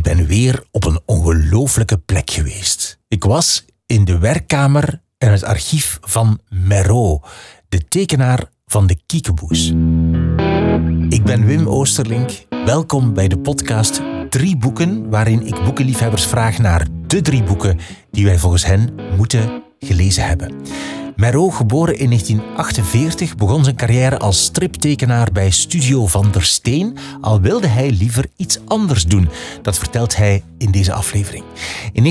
ben weer op een ongelooflijke plek geweest. Ik was in de werkkamer en het archief van Merot, de tekenaar van de Kiekeboes. Ik ben Wim Oosterlink. Welkom bij de podcast 3 boeken, waarin ik boekenliefhebbers vraag naar de 3 boeken die wij volgens hen moeten gelezen hebben. Merot, geboren in 1948, begon zijn carrière als striptekenaar bij Studio Van der Steen, al wilde hij liever iets anders doen. Dat vertelt hij in deze aflevering. In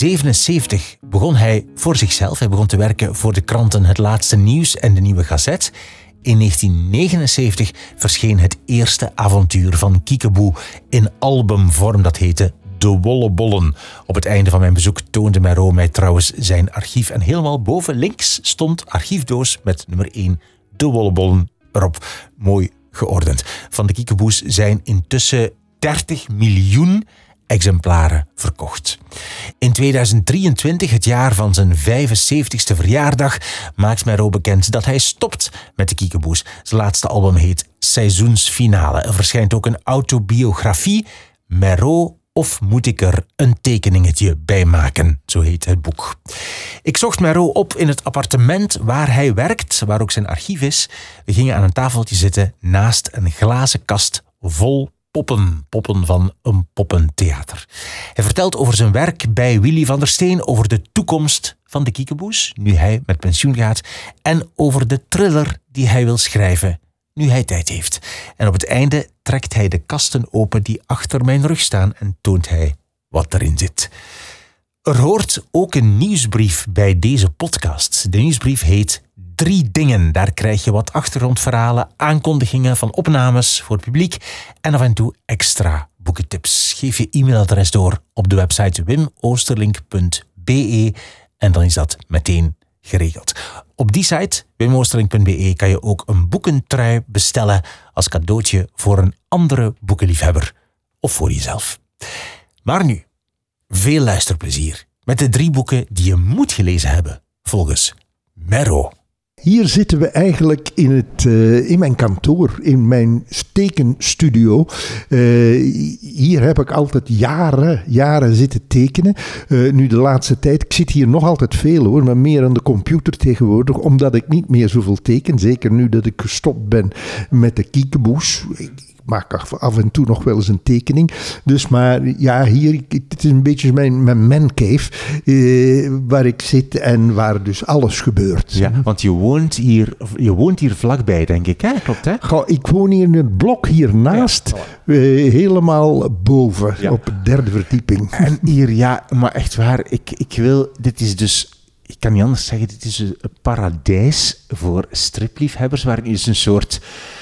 1977 begon hij voor zichzelf. Hij begon te werken voor de kranten Het Laatste Nieuws en De Nieuwe Gazette. In 1979 verscheen het eerste avontuur van Kiekeboe in albumvorm. Dat heette De Wollebollen. Op het einde van mijn bezoek toonde Merot mij trouwens zijn archief. En helemaal boven links stond archiefdoos met nummer 1, De Wollebollen erop. Mooi geordend. Van de Kiekeboes zijn intussen 30 miljoen exemplaren verkocht. In 2023, het jaar van zijn 75ste verjaardag, maakt Merot bekend dat hij stopt met de Kiekeboes. Zijn laatste album heet Seizoensfinale. Er verschijnt ook een autobiografie, Merot, of moet ik er een tekeningetje bij maken? Zo heet het boek. Ik zocht Merot op in het appartement waar hij werkt, waar ook zijn archief is. We gingen aan een tafeltje zitten naast een glazen kast vol poppen. Poppen van een poppentheater. Hij vertelt over zijn werk bij Willy van der Steen, over de toekomst van de Kiekeboes, nu hij met pensioen gaat, en over de thriller die hij wil schrijven, nu hij tijd heeft. En op het einde trekt hij de kasten open die achter mijn rug staan en toont hij wat erin zit. Er hoort ook een nieuwsbrief bij deze podcast. De nieuwsbrief heet 3 dingen. Daar krijg je wat achtergrondverhalen, aankondigingen van opnames voor het publiek en af en toe extra boekentips. Geef je e-mailadres door op de website wimoosterlink.be en dan is dat meteen geregeld. Op die site, wimoosterlink.be, kan je ook een boekentrui bestellen als cadeautje voor een andere boekenliefhebber of voor jezelf. Maar nu, veel luisterplezier met de 3 boeken die je moet gelezen hebben, volgens Merot. Hier zitten we eigenlijk in mijn kantoor, in mijn tekenstudio. Hier heb ik altijd jaren zitten tekenen. Nu de laatste tijd, ik zit hier nog altijd veel hoor, maar meer aan de computer tegenwoordig, omdat ik niet meer zoveel teken. Zeker nu dat ik gestopt ben met de Kiekeboes. Ik maak af en toe nog wel eens een tekening. Dus maar ja, hier, het is een beetje mijn mancave, waar ik zit en waar dus alles gebeurt. Ja, want je woont hier vlakbij, denk ik, hè? Klopt, hè? Goh, ik woon hier in het blok hiernaast, ja, helemaal boven, ja, op de 3e verdieping. En hier, ja, maar echt waar, ik wil, dit is dus, ik kan niet anders zeggen, dit is een paradijs voor stripliefhebbers, waarin is een soort,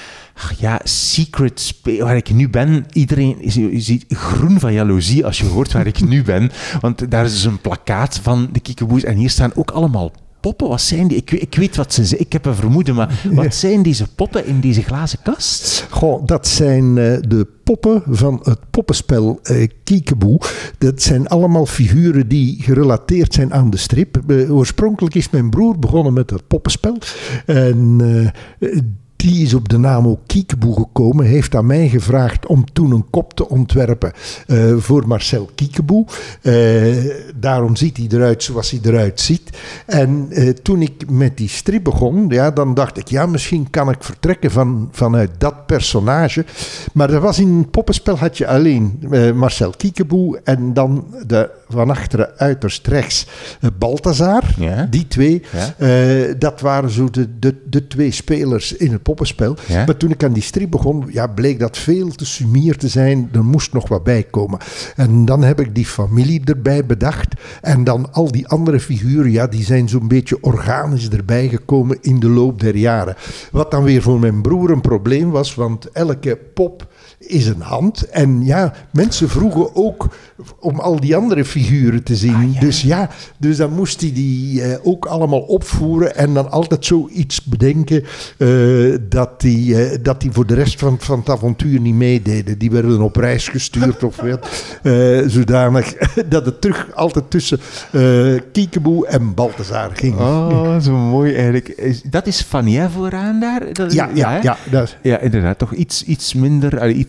secret space, waar ik nu ben. Iedereen je ziet groen van jaloezie als je hoort waar ik nu ben. Want daar is dus een plakkaat van de Kiekeboes en hier staan ook allemaal poppen. Wat zijn die? Ik weet wat ze zijn. Ik heb een vermoeden, maar wat zijn deze poppen in deze glazen kast? Goh, dat zijn de poppen van het poppenspel Kiekeboe. Dat zijn allemaal figuren die gerelateerd zijn aan de strip. Oorspronkelijk is mijn broer begonnen met het poppenspel. En die is op de naam ook Kiekeboe gekomen, heeft aan mij gevraagd om toen een kop te ontwerpen voor Marcel Kiekeboe. Daarom ziet hij eruit zoals hij eruit ziet. En toen ik met die strip begon, ja, dan dacht ik, ja, misschien kan ik vertrekken vanuit dat personage. Maar er was in het poppenspel had je alleen Marcel Kiekeboe en dan van achteren uiterst rechts Balthazar. Ja. Die 2, ja. Dat waren zo de 2 spelers in het poppenspel. Ja. Maar toen ik aan die strip begon, ja, bleek dat veel te sumier te zijn. Er moest nog wat bij komen. En dan heb ik die familie erbij bedacht. En dan al die andere figuren, ja, die zijn zo'n beetje organisch erbij gekomen in de loop der jaren. Wat dan weer voor mijn broer een probleem was, want elke pop is een hand. En ja, mensen vroegen ook om al die andere figuren te zien. Ja. Dus dan moest hij die ook allemaal opvoeren en dan altijd zoiets bedenken dat die voor de rest van het avontuur niet meededen. Die werden op reis gestuurd of wat. Zodanig dat het altijd tussen Kiekeboe en Balthazar ging. Oh, zo mooi eigenlijk. Dat is Fania vooraan daar? Ja, inderdaad. Toch iets minder, iets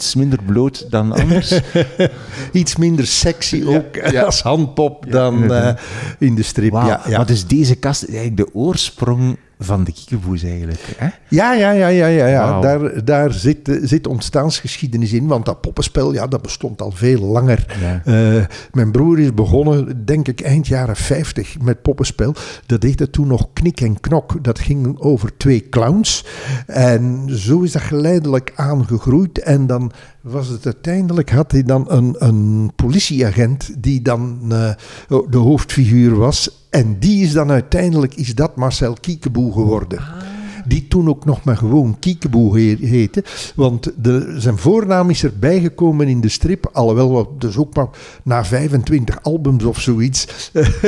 iets minder bloot dan anders. Iets minder sexy ook ja. als handpop dan in de strip. Wow. Ja. Maar dus deze kast is eigenlijk de oorsprong van de Kiekeboes eigenlijk. Hè? Ja. Wow. Daar zit ontstaansgeschiedenis in, want dat poppenspel, dat bestond al veel langer. Ja. Mijn broer is begonnen, denk ik, eind jaren 50 met poppenspel. Dat heette toen nog Knik en Knok. Dat ging over 2 clowns. En zo is dat geleidelijk aangegroeid. En dan was het uiteindelijk, had hij dan een politieagent die dan de hoofdfiguur was. En die is dan uiteindelijk, is dat Marcel Kiekeboe geworden. Die toen ook nog maar gewoon Kiekeboe heette. Want zijn voornaam is erbij gekomen in de strip. Alhoewel, dus ook maar na 25 albums of zoiets.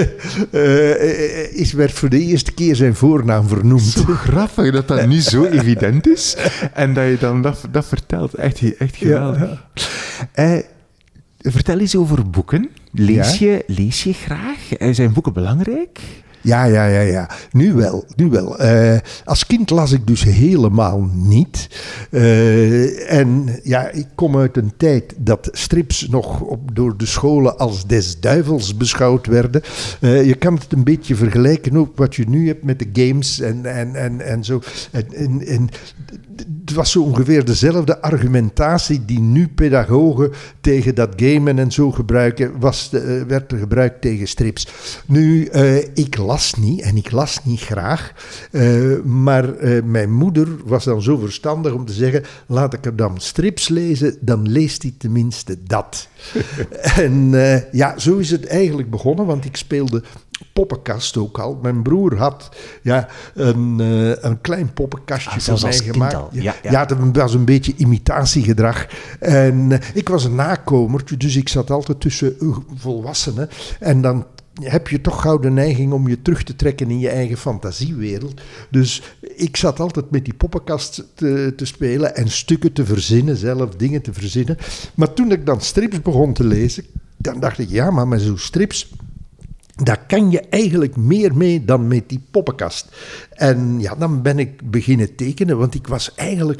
Werd voor de eerste keer zijn voornaam vernoemd. Zo grappig dat dat niet zo evident is. En dat je dan dat vertelt. Echt geweldig. Ja. Vertel eens over boeken. Lees je graag? Zijn boeken belangrijk? Ja. Nu wel. Als kind las ik dus helemaal niet. Ik kom uit een tijd dat strips nog door de scholen als des duivels beschouwd werden. Je kan het een beetje vergelijken ook wat je nu hebt met de games en zo. En het was zo ongeveer dezelfde argumentatie die nu pedagogen tegen dat gamen en zo gebruiken, werd er gebruikt tegen strips. Nu, ik las niet en ik las niet graag, maar mijn moeder was dan zo verstandig om te zeggen, laat ik er dan strips lezen, dan leest hij tenminste dat. En zo is het eigenlijk begonnen, want ik speelde poppenkast ook al. Mijn broer had een klein poppenkastje voor mij gemaakt. Ja, dat was een beetje imitatiegedrag. En ik was een nakomertje, dus ik zat altijd tussen volwassenen. En dan heb je toch gauw de neiging om je terug te trekken in je eigen fantasiewereld. Dus ik zat altijd met die poppenkast te spelen en stukken te verzinnen, zelf dingen te verzinnen. Maar toen ik dan strips begon te lezen, dan dacht ik, ja, maar met zo'n strips, daar kan je eigenlijk meer mee dan met die poppenkast. En dan ben ik beginnen tekenen, want ik was eigenlijk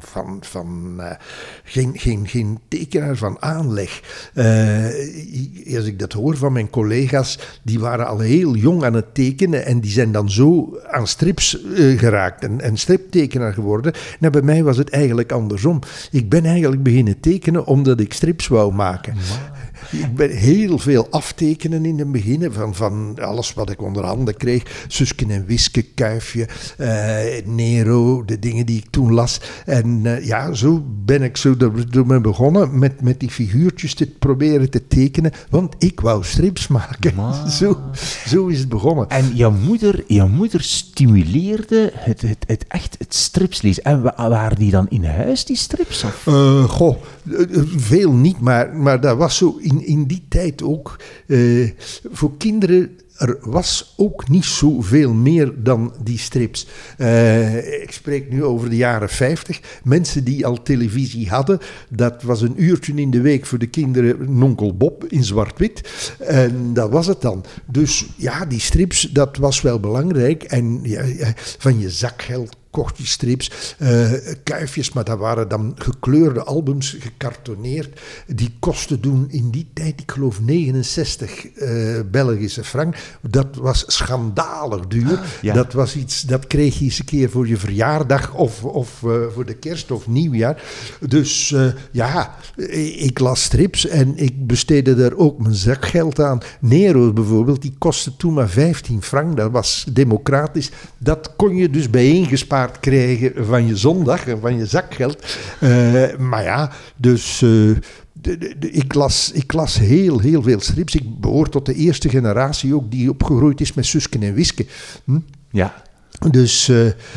geen tekenaar van aanleg. Als ik dat hoor van mijn collega's, die waren al heel jong aan het tekenen en die zijn dan zo aan strips geraakt en striptekenaar geworden. Nou, bij mij was het eigenlijk andersom. Ik ben eigenlijk beginnen tekenen omdat ik strips wou maken. Ik ben heel veel aftekenen in het begin van alles wat ik onder handen kreeg. Susken en Wiske, Kuifje, Nero, de dingen die ik toen las. En zo ben ik door begonnen met die figuurtjes te proberen te tekenen. Want ik wou strips maken. Zo is het begonnen. En jouw moeder stimuleerde het strips lezen. En waren die dan in huis, die strips? Veel niet, maar dat was zo in die tijd ook voor kinderen. Er was ook niet zoveel meer dan die strips. Ik spreek nu over de jaren 50. Mensen die al televisie hadden, dat was een uurtje in de week voor de kinderen Nonkel Bob in zwart-wit. En dat was het dan. Dus die strips, dat was wel belangrijk. En van je zakgeld kocht je strips, kuifjes, maar dat waren dan gekleurde albums, gekartoneerd. Die kostten toen in die tijd, ik geloof 69 Belgische frank. Dat was schandalig duur. Dat was iets, dat kreeg je eens een keer voor je verjaardag of voor de kerst of nieuwjaar. Dus ik las strips en ik besteedde daar ook mijn zakgeld aan. Nero bijvoorbeeld, die kostte toen maar 15 frank. Dat was democratisch. Dat kon je dus bijeengespaard krijgen van je zondag en van je zakgeld. Ik las heel, heel veel strips. Ik behoor tot de eerste generatie ook die opgegroeid is met Susken en Wiske. Ja. Dus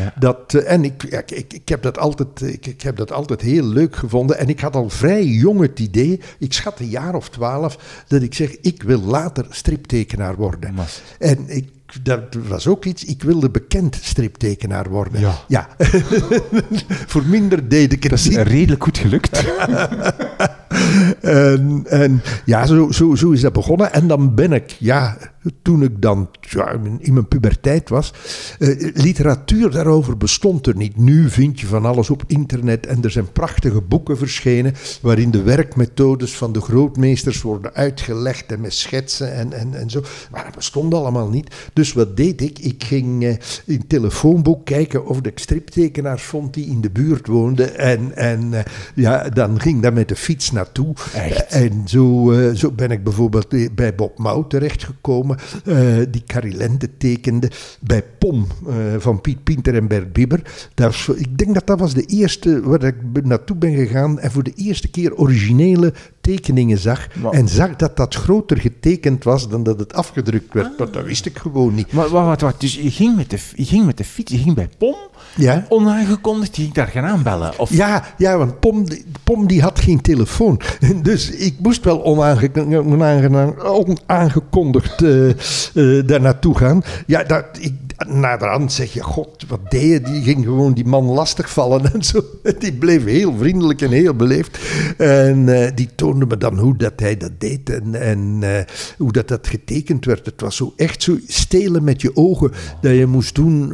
ik heb dat altijd heel leuk gevonden. En ik had al vrij jong het idee, ik schat een jaar of 12, dat ik zeg, ik wil later striptekenaar worden. En dat was ook iets, ik wilde bekend striptekenaar worden. Voor minder deed ik het niet. Dat is redelijk goed gelukt. En ja, zo is dat begonnen. En dan ben ik, toen ik dan in mijn puberteit was, literatuur daarover bestond er niet. Nu vind je van alles op internet en er zijn prachtige boeken verschenen waarin de werkmethodes van de grootmeesters worden uitgelegd en met schetsen en zo. Maar dat bestond allemaal niet. Dus wat deed ik? Ik ging in het telefoonboek kijken of ik striptekenaars vond die in de buurt woonden en dan ging daar met de fiets naartoe. Echt? En zo ben ik bijvoorbeeld bij Bob Mouw terechtgekomen, die Carilente tekende, bij POM van Piet Pinter en Bert Bibber. Ik denk dat was de eerste waar ik naartoe ben gegaan en voor de eerste keer originele tekeningen zag. En zag dat groter getekend was dan dat het afgedrukt werd. Maar dat wist ik gewoon niet. Maar wat? Dus je ging met de fiets, je ging bij POM, onaangekondigd, je ging daar gaan aanbellen? Of? Ja, want POM die had geen telefoon. Dus ik moest wel onaangekondigd daar naartoe gaan. Ja, naderhand zeg je, god, wat deed je? Die ging gewoon die man lastigvallen en zo. Die bleef heel vriendelijk en heel beleefd. En die toonde me dan hoe dat hij dat deed en hoe dat getekend werd. Het was zo echt zo stelen met je ogen dat je moest doen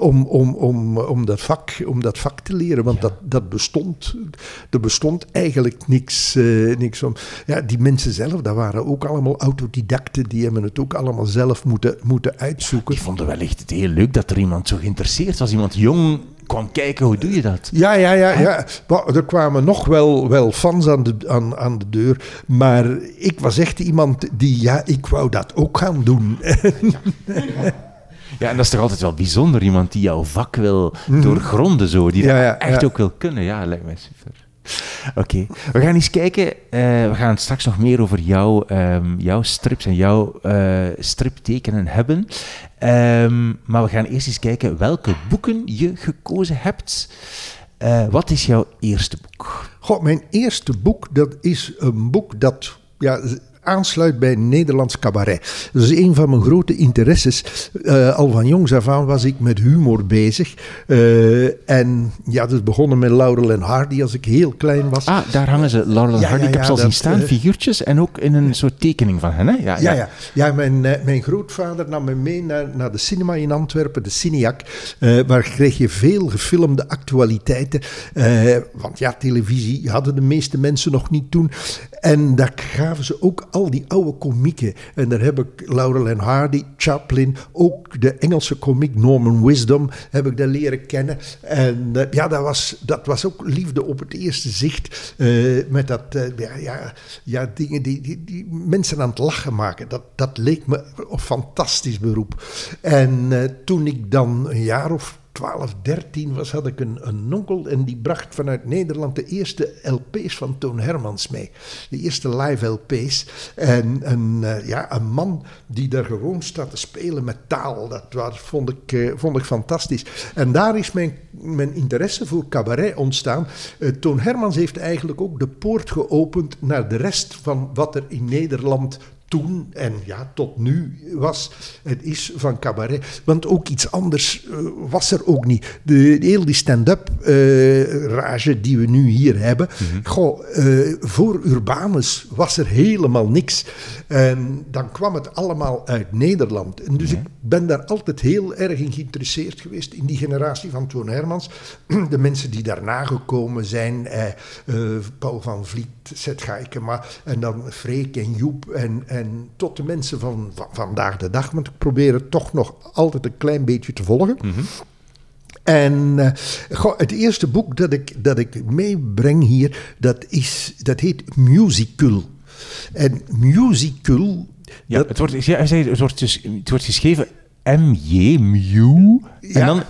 om dat vak te leren. Want dat bestond. Er bestond eigenlijk niks om. Ja, die mensen zelf, dat waren ook allemaal autodidacten. Die hebben het ook allemaal zelf moeten uitzoeken. Die vonden wellicht het heel leuk dat er iemand zo geïnteresseerd was. Iemand jong kwam kijken, hoe doe je dat? Ja. Maar er kwamen nog wel fans aan de deur. Maar ik was echt iemand die, ik wou dat ook gaan doen. Ja, en dat is toch altijd wel bijzonder. Iemand die jouw vak wil doorgronden, zo. Die dat echt ook wil kunnen. Ja, lijkt mij super. Oké, we gaan eens kijken. We gaan straks nog meer over jouw strips en jouw striptekenen hebben. Maar we gaan eerst eens kijken welke boeken je gekozen hebt. Wat is jouw eerste boek? Goh, mijn eerste boek, dat is een boek dat aansluit bij Nederlands cabaret. Dat is een van mijn grote interesses. Al van jongs af aan was ik met humor bezig. En dat is begonnen met Laurel en Hardy als ik heel klein was. Daar hangen ze, Laurel en Hardy. Ik heb ze al zien staan, figuurtjes en ook in een soort tekening van hen. Hè? Ja, mijn grootvader nam me mee naar de cinema in Antwerpen, de Cineac. Waar kreeg je veel gefilmde actualiteiten. Want televisie hadden de meeste mensen nog niet toen. En daar gaven ze ook al die oude komieken. En daar heb ik Laurel en Hardy, Chaplin, ook de Engelse komiek Norman Wisdom heb ik daar leren kennen. En dat was ook liefde op het eerste zicht. Met dat, dingen die mensen aan het lachen maken. Dat leek me een fantastisch beroep. En toen ik dan een jaar of 12, 13 was, had ik een onkel en die bracht vanuit Nederland de eerste LP's van Toon Hermans mee. De eerste live LP's. En een man die daar gewoon staat te spelen met taal. Dat vond ik fantastisch. En daar is mijn interesse voor cabaret ontstaan. Toon Hermans heeft eigenlijk ook de poort geopend naar de rest van wat er in Nederland toen en tot nu is van cabaret. Want ook iets anders was er ook niet. Heel die stand-up rage die we nu hier hebben. Voor Urbanus was er helemaal niks. En dan kwam het allemaal uit Nederland. En dus ik ben daar altijd heel erg in geïnteresseerd geweest in die generatie van Toon Hermans. De mensen die daarna gekomen zijn. Paul van Vliet, Seth Gaikema en dan Freek en Joep en tot de mensen van vandaag de dag, want ik probeer het toch nog altijd een klein beetje te volgen. Mm-hmm. En het eerste boek dat ik meebreng hier, dat heet Musical. En Musical... Het wordt geschreven M-J, Mew, en dan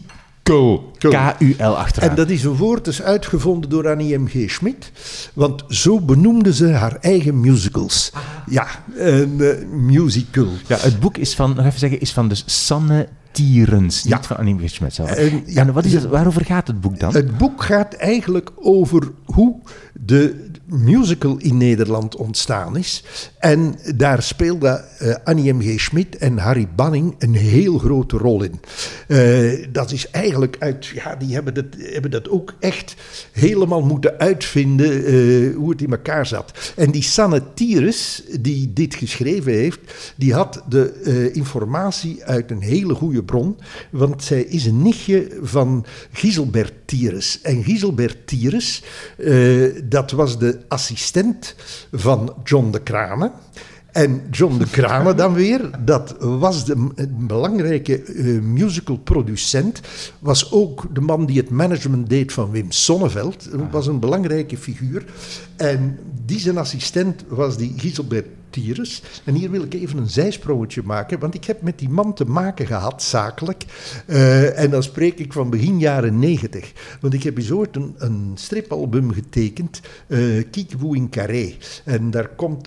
K-U-L achteraan. En dat is een woord dat is uitgevonden door Annie M.G. Schmid. Want zo benoemde ze haar eigen musicals. Een musical. Ja, het boek is van dus Sanne Tierens, niet van Annie M.G. Schmid zelf. En wat is het, waarover gaat het boek dan? Het boek gaat eigenlijk over hoe de musical in Nederland ontstaan is. En daar speelden Annie M.G. Schmid en Harry Banning een heel grote rol in. Dat is eigenlijk die hebben dat ook echt helemaal moeten uitvinden hoe het in elkaar zat. En die Sanne Thieres, die dit geschreven heeft, die had de informatie uit een hele goede bron, want zij is een nichtje van Giselbert Thieres. En Giselbert Thieres, dat was de assistent van John de Crane. En John de Crane dan weer, dat was de belangrijke musicalproducent, was ook de man die het management deed van Wim Sonneveld, was een belangrijke figuur. En die zijn assistent was die Giselbert Thieres. En hier wil ik even een zijsprongetje maken, want ik heb met die man te maken gehad, zakelijk. En dan spreek ik van begin jaren 90. Want ik heb eens ooit een stripalbum getekend, Kiekeboe in Carré. En daar komt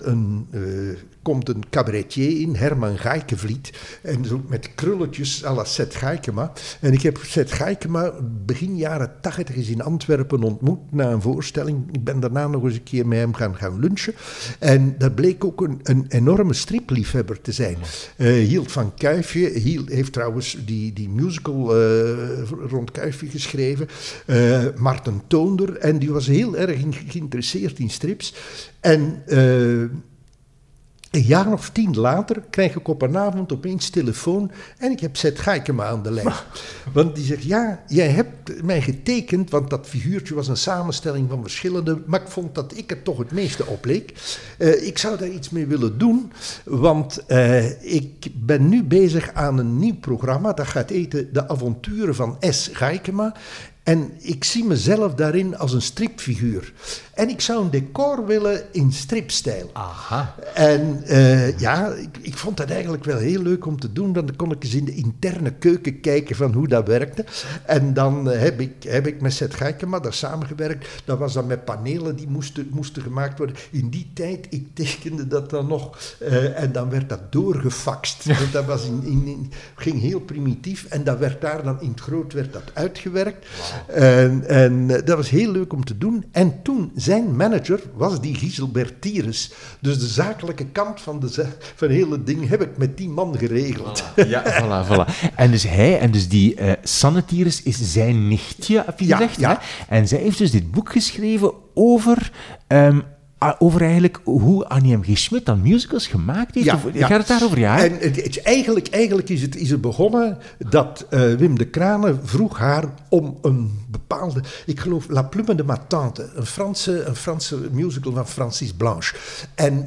een cabaretier in, Herman Gaikevliet, en zo met krulletjes à la Seth Gaikema. En ik heb Seth Gaikema begin jaren 80 eens in Antwerpen ontmoet na een voorstelling. Ik ben daarna nog eens een keer met hem gaan lunchen. En dat bleek ook een enorme stripliefhebber te zijn. Hield van Kuifje, heeft trouwens die musical rond Kuifje geschreven. Marten Toonder, en die was heel erg geïnteresseerd in strips. En een jaar of 10 later krijg ik op een avond opeens telefoon en ik heb Seth Gaikema aan de lijn. Want die zegt, ja, jij hebt mij getekend, want dat figuurtje was een samenstelling van verschillende, maar ik vond dat ik het toch het meeste opleek. Ik zou daar iets mee willen doen, want ik ben nu bezig aan een nieuw programma, dat gaat heten De Avonturen van S. Gaikema. En ik zie mezelf daarin als een stripfiguur. En ik zou een decor willen in stripstijl. Aha. En ik vond dat eigenlijk wel heel leuk om te doen. Dan kon ik eens in de interne keuken kijken van hoe dat werkte. En dan heb ik met Seth Gaikema daar samengewerkt. Dat was dan met panelen die moesten gemaakt worden. In die tijd, ik tekende dat dan nog. En dan werd dat doorgefaxt. Want dat was ging heel primitief. En dat werd daar dan in het groot uitgewerkt. Wow. En dat was heel leuk om te doen. En toen, zijn manager was die Giselbert Thieres. Dus de zakelijke kant van het hele ding heb ik met die man geregeld. Voilà. Ja, voilà. En dus die Sanne Thieres is zijn nichtje, heb je gezegd. Ja. Hè? En zij heeft dus dit boek geschreven over eigenlijk hoe Annie M.G. Schmid dan musicals gemaakt heeft? Gaat het daarover? Ja. En eigenlijk is het begonnen dat Wim de Crane vroeg haar om een bepaalde, ik geloof La Plume de ma Tante, een Franse musical van Francis Blanche. En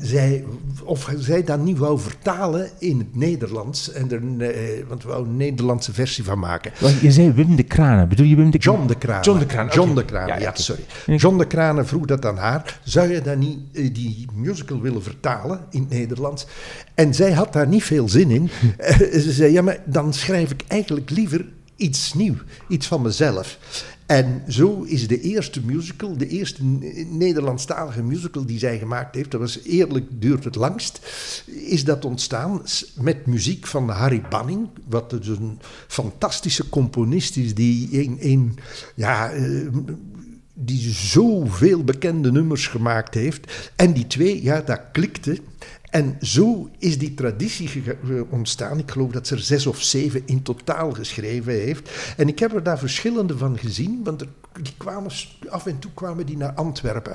zij dat niet wou vertalen in het Nederlands, want we wou een Nederlandse versie van maken. Je zei Wim de Crane, bedoel je Wim de Crane? John de Crane, sorry. John de Crane vroeg dat aan haar, zou je dan niet die musical willen vertalen in het Nederlands? En zij had daar niet veel zin in. Ze zei, ja, maar dan schrijf ik eigenlijk liever iets nieuw, iets van mezelf. En zo is de eerste Nederlandstalige musical die zij gemaakt heeft, dat was Eerlijk duurt het langst, is dat ontstaan met muziek van Harry Banning, wat dus een fantastische componist is die die zoveel bekende nummers gemaakt heeft. En die twee, dat klikte. En zo is die traditie ontstaan. Ik geloof dat ze er 6 of 7 in totaal geschreven heeft. En ik heb er daar verschillende van gezien, want af en toe kwamen die naar Antwerpen.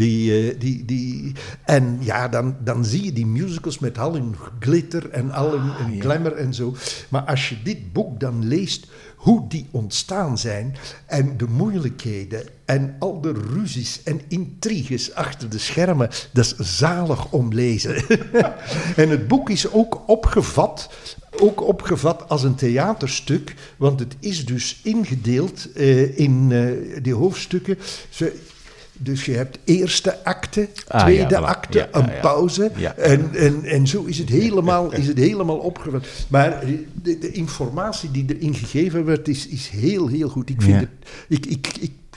En dan zie je die musicals met al hun glitter en al hun glamour en zo. Maar als je dit boek dan leest, hoe die ontstaan zijn en de moeilijkheden en al de ruzies en intriges achter de schermen, dat is zalig om lezen. En het boek is ook opgevat als een theaterstuk, want het is dus ingedeeld in die hoofdstukken. Dus je hebt eerste acte, tweede acte, een pauze. Ja. En zo is het helemaal opgevat. Maar de informatie die erin gegeven werd, is heel, heel goed. Ik vind het... Ik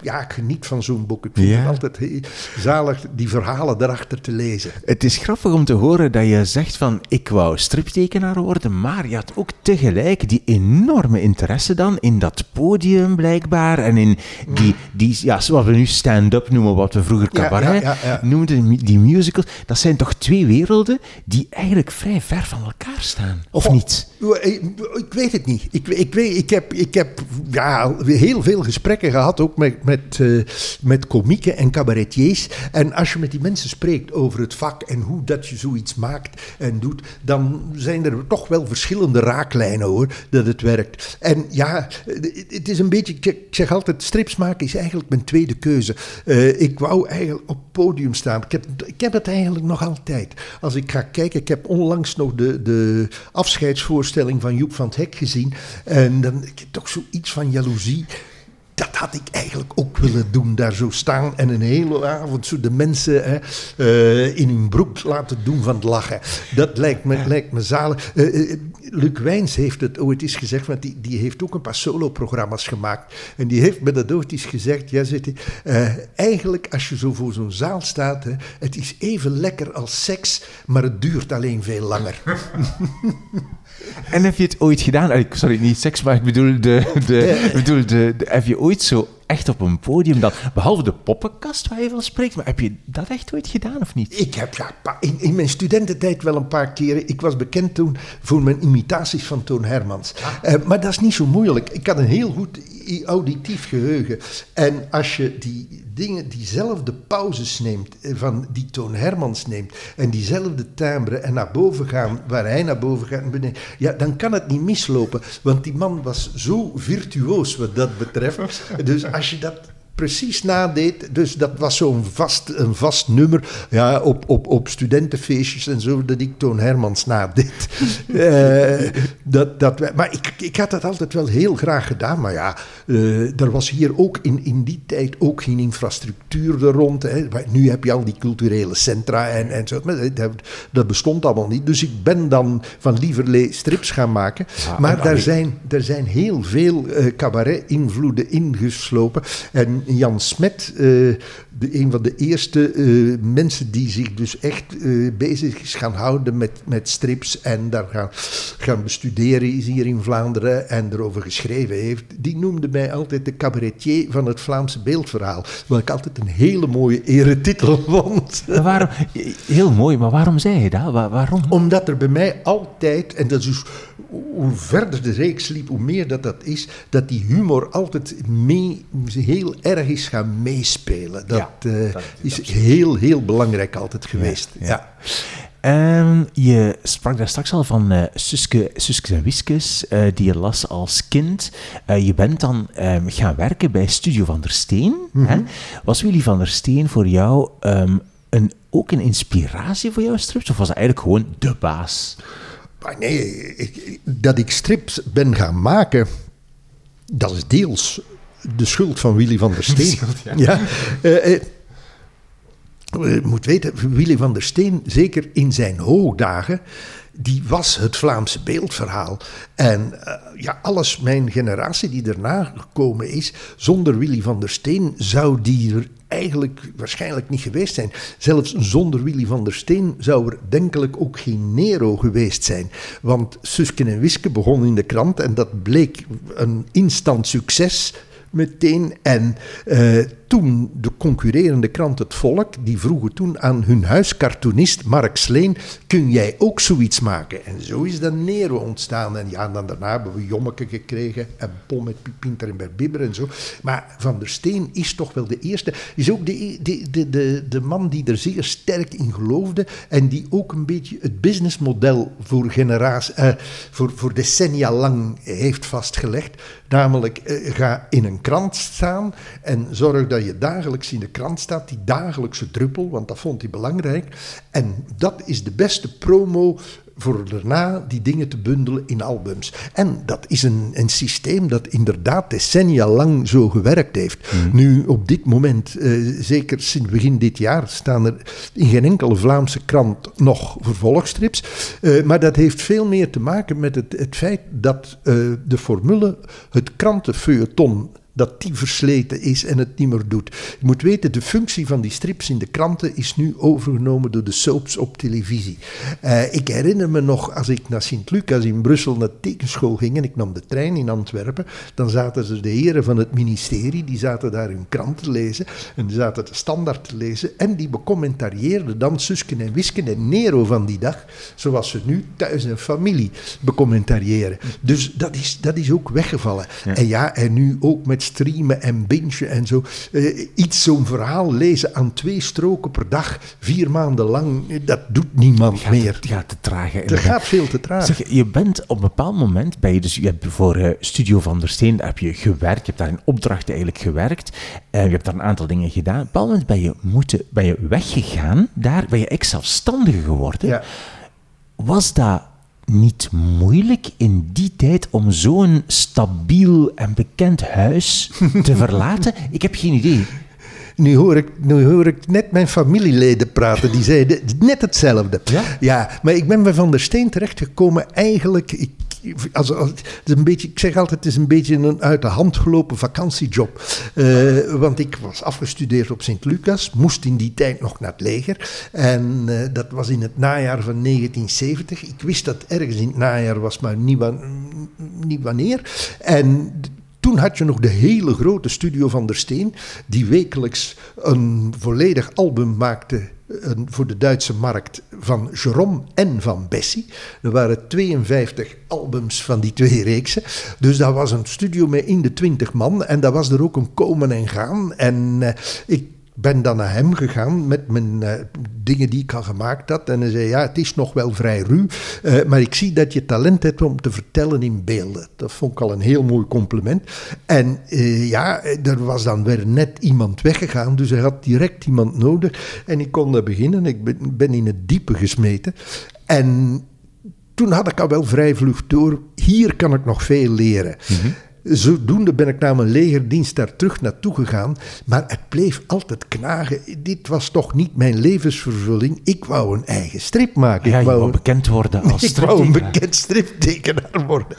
ik geniet van zo'n boek. Ik vind het altijd zalig die verhalen daarachter te lezen. Het is grappig om te horen dat je zegt van, ik wou striptekenaar worden, maar je had ook tegelijk die enorme interesse dan in dat podium blijkbaar en in die wat we nu stand-up noemen, wat we vroeger cabaret noemden, die musicals. Dat zijn toch twee werelden die eigenlijk vrij ver van elkaar staan, of niet? Ik weet het niet. Ik heb heel veel gesprekken gehad, ook met komieken en cabaretiers. En als je met die mensen spreekt over het vak en hoe dat je zoiets maakt en doet, dan zijn er toch wel verschillende raaklijnen, hoor, dat het werkt. En ja, het is een beetje, ik zeg altijd, strips maken is eigenlijk mijn tweede keuze. Ik wou eigenlijk op het podium staan. Ik heb het eigenlijk nog altijd. Als ik ga kijken, ik heb onlangs nog de afscheidsvoorstelling van Joep van het Hek gezien. En dan heb je toch zoiets van jaloezie. Dat had ik eigenlijk ook willen doen, daar zo staan en een hele avond zo de mensen in hun broek laten doen van het lachen. Dat lijkt me zalig. Luc Wijns heeft het ooit eens gezegd, want die heeft ook een paar soloprogramma's gemaakt. En die heeft me dat ooit eens gezegd, eigenlijk als je zo voor zo'n zaal staat, het is even lekker als seks, maar het duurt alleen veel langer. En heb je het ooit gedaan? Sorry, niet seks, maar ik bedoel, heb je ooit zo echt op een podium dan, behalve de poppenkast waar je van spreekt, maar heb je dat echt ooit gedaan of niet? Ik heb in mijn studententijd wel een paar keren. Ik was bekend toen voor mijn imitaties van Toon Hermans. Maar dat is niet zo moeilijk. Ik had een heel goed auditief geheugen. En als je diezelfde pauzes neemt van die Toon Hermans neemt en diezelfde timbre en naar boven gaan, waar hij naar boven gaat en beneden, dan kan het niet mislopen. Want die man was zo virtuoos wat dat betreft. Dus als je dat precies nadeed, dus dat was zo'n vast nummer op studentenfeestjes en zo, dat ik Toon Hermans nadeed. Maar ik had dat altijd wel heel graag gedaan, maar er was hier ook in die tijd ook geen infrastructuur er rond. Nu heb je al die culturele centra en zo, maar dat bestond allemaal niet. Dus ik ben dan van lieverlee strips gaan maken, maar er zijn heel veel cabaret-invloeden ingeslopen. En Jan Smet, een van de eerste mensen die zich dus echt bezig is gaan houden met strips en daar gaan bestuderen is hier in Vlaanderen en erover geschreven heeft, die noemde mij altijd de cabaretier van het Vlaamse beeldverhaal. Wat ik altijd een hele mooie eretitel vond. Heel mooi, maar waarom zei je dat? Waarom? Omdat er bij mij altijd, en dat is dus hoe verder de reeks liep, hoe meer dat is, dat die humor altijd heel erg is gaan meespelen. Dat is heel, heel belangrijk altijd geweest. Ja. Je sprak daar straks al van Suske en Wiskes, die je las als kind. Je bent dan gaan werken bij Studio Van der Steen. Mm-hmm. Hè? Was Willy van der Steen voor jou ook een inspiratie voor jouw strips? Of was dat eigenlijk gewoon de baas? Maar nee, dat ik strips ben gaan maken, dat is deels de schuld van Willy van der Steen. Je moet weten, Willy van der Steen, zeker in zijn hoogdagen, die was het Vlaamse beeldverhaal. En alles, mijn generatie die erna gekomen is, zonder Willy van der Steen zou die er eigenlijk waarschijnlijk niet geweest zijn. Zelfs zonder Willy van der Steen zou er denkelijk ook geen Nero geweest zijn. Want Suske en Wiske begon in de krant en dat bleek een instant succes meteen. En toen de concurrerende krant Het Volk, die vroegen toen aan hun huiscartoonist Mark Sleen, kun jij ook zoiets maken? En zo is dan Nero ontstaan. En dan daarna hebben we Jommeke gekregen en Pom met Pinter en Bibber en zo. Maar Van der Steen is toch wel de eerste. Is ook de man die er zeer sterk in geloofde en die ook een beetje het businessmodel voor decennia lang heeft vastgelegd. Namelijk, ga in een krant staan en zorg dat je dagelijks in de krant staat, die dagelijkse druppel, want dat vond hij belangrijk. En dat is de beste promo voor daarna die dingen te bundelen in albums. En dat is een systeem dat inderdaad decennia lang zo gewerkt heeft. Nu, op dit moment, zeker sinds begin dit jaar, staan er in geen enkele Vlaamse krant nog vervolgstrips. Maar dat heeft veel meer te maken met het feit dat de formule, het krantenfeuilleton, dat die versleten is en het niet meer doet. Je moet weten, de functie van die strips in de kranten is nu overgenomen door de soaps op televisie. Ik herinner me nog, als ik naar Sint-Lucas in Brussel naar tekenschool ging en ik nam de trein in Antwerpen, dan zaten ze de heren van het ministerie, die zaten daar hun krant te lezen en die zaten de Standaard te lezen en die becommentarieerden dan Suske en Wiske en Nero van die dag, zoals ze nu Thuis en Familie becommentariëren. Dus dat is ook weggevallen. Ja. En nu ook met streamen en bingen en zo. Zo'n verhaal lezen aan 2 stroken per dag, 4 maanden lang, dat doet niemand meer. Het gaat te traag. Het gaat veel te traag. Zeg, je bent op een bepaald moment, je hebt voor Studio Van der Steen heb je gewerkt, je hebt daar in opdrachten eigenlijk gewerkt, je hebt daar een aantal dingen gedaan. Op een bepaald moment ben je weggegaan, daar ben je echt zelfstandige geworden. Ja. Was dat niet moeilijk in die tijd om zo'n stabiel en bekend huis te verlaten? Ik heb geen idee. Nu hoor ik net mijn familieleden praten, die zeiden net hetzelfde. Ja, maar ik ben bij Van der Steen terechtgekomen eigenlijk. Het is een beetje, ik zeg altijd, het is een beetje een uit de hand gelopen vakantiejob. Want ik was afgestudeerd op Sint-Lucas, moest in die tijd nog naar het leger. En dat was in het najaar van 1970. Ik wist dat het ergens in het najaar was, maar niet wanneer. En toen had je nog de hele grote Studio Van der Steen, die wekelijks een volledig album maakte voor de Duitse markt van Jérôme en van Bessie. Er waren 52 albums van die 2 reeksen. Dus dat was een studio met in de 20 man en dat was er ook een komen en gaan. En ik ben dan naar hem gegaan met mijn dingen die ik al gemaakt had. En hij zei, ja, het is nog wel vrij ruw, maar ik zie dat je talent hebt om te vertellen in beelden. Dat vond ik al een heel mooi compliment. En er was dan weer net iemand weggegaan, dus hij had direct iemand nodig. En ik kon daar beginnen. Ik ben in het diepe gesmeten. En toen had ik al wel vrij vlug door, hier kan ik nog veel leren. Mm-hmm. Zodoende ben ik na mijn legerdienst daar terug naartoe gegaan, maar het bleef altijd knagen. Dit was toch niet mijn levensvervulling. Ik wou een eigen strip maken. Ja, je wou bekend worden als striptekenaar. Ik wou een bekend striptekenaar worden.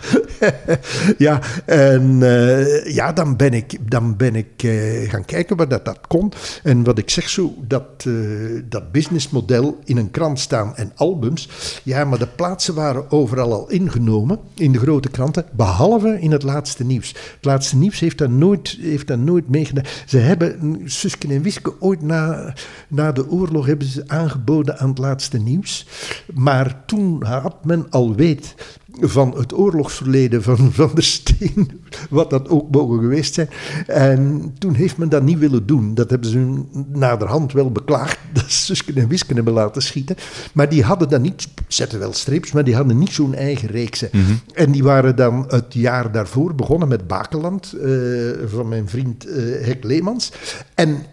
Ja, en dan ben ik gaan kijken waar dat kon. En wat ik zeg zo, dat businessmodel in een krant staan en albums, ja, maar de plaatsen waren overal al ingenomen, in de grote kranten, behalve in het laatste nieuws. Het laatste nieuws heeft dat nooit meegedaan. Ze hebben Suske en Wiske ooit na de oorlog hebben ze aangeboden aan het laatste nieuws. Maar toen had men al weet van het oorlogsverleden van Van der Steen, wat dat ook mogen geweest zijn. En toen heeft men dat niet willen doen. Dat hebben ze naderhand wel beklaagd, dat ze Suske en Wiske hebben laten schieten. Maar die hadden dan niet, zetten wel strips, maar die hadden niet zo'n eigen reekse. Mm-hmm. En die waren dan het jaar daarvoor begonnen met Bakeland, van mijn vriend Hek Leemans. En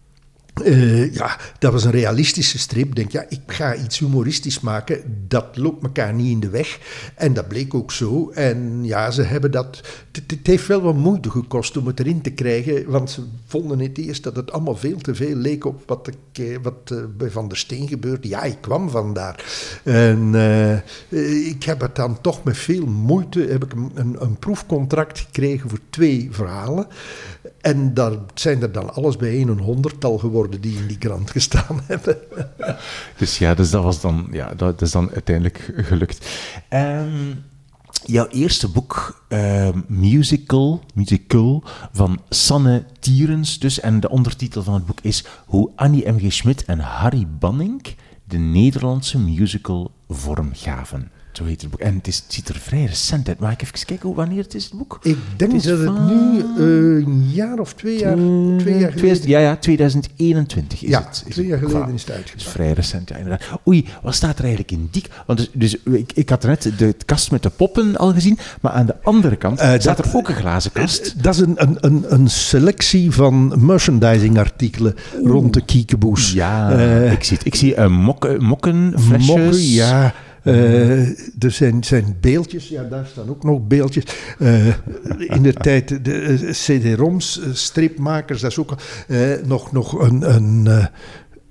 dat was een realistische strip. Ik denk, ik ga iets humoristisch maken. Dat loopt elkaar niet in de weg. En dat bleek ook zo. En ja, ze hebben dat. Het heeft wel wat moeite gekost om het erin te krijgen. Want ze vonden het eerst dat het allemaal veel te veel leek op wat bij Van der Steen gebeurde. Ja, ik kwam vandaar. En ik heb het dan toch met veel moeite. Heb ik een proefcontract gekregen voor 2 verhalen. En daar zijn er dan alles bijeen een 100-tal geworden die in die krant gestaan hebben. Dus dat is dan uiteindelijk gelukt. Jouw eerste boek, musical van Sanne Tierens dus, en de ondertitel van het boek is Hoe Annie M. G. Schmid en Harry Banning de Nederlandse musical vorm gaven. Zo heet het boek. En het ziet er vrij recent uit. Mag ik even kijken wanneer het is, het boek? Ik denk dat het nu een jaar of 2 jaar geleden... Ja, 2021 is het. 2 jaar geleden is het uitgebracht. Het is vrij recent, ja, inderdaad. Oei, wat staat er eigenlijk in dik? Want ik had net de kast met de poppen al gezien, maar aan de andere kant staat er ook een glazen kast. Dat is een selectie van merchandising-artikelen rond de Kiekeboes. Ja, ik zie het. Ik zie mokken, flesjes. Mokken, ja. Er zijn beeldjes, ja, daar staan ook nog beeldjes. In de tijd, de CD-ROMs, stripmakers, dat is ook nog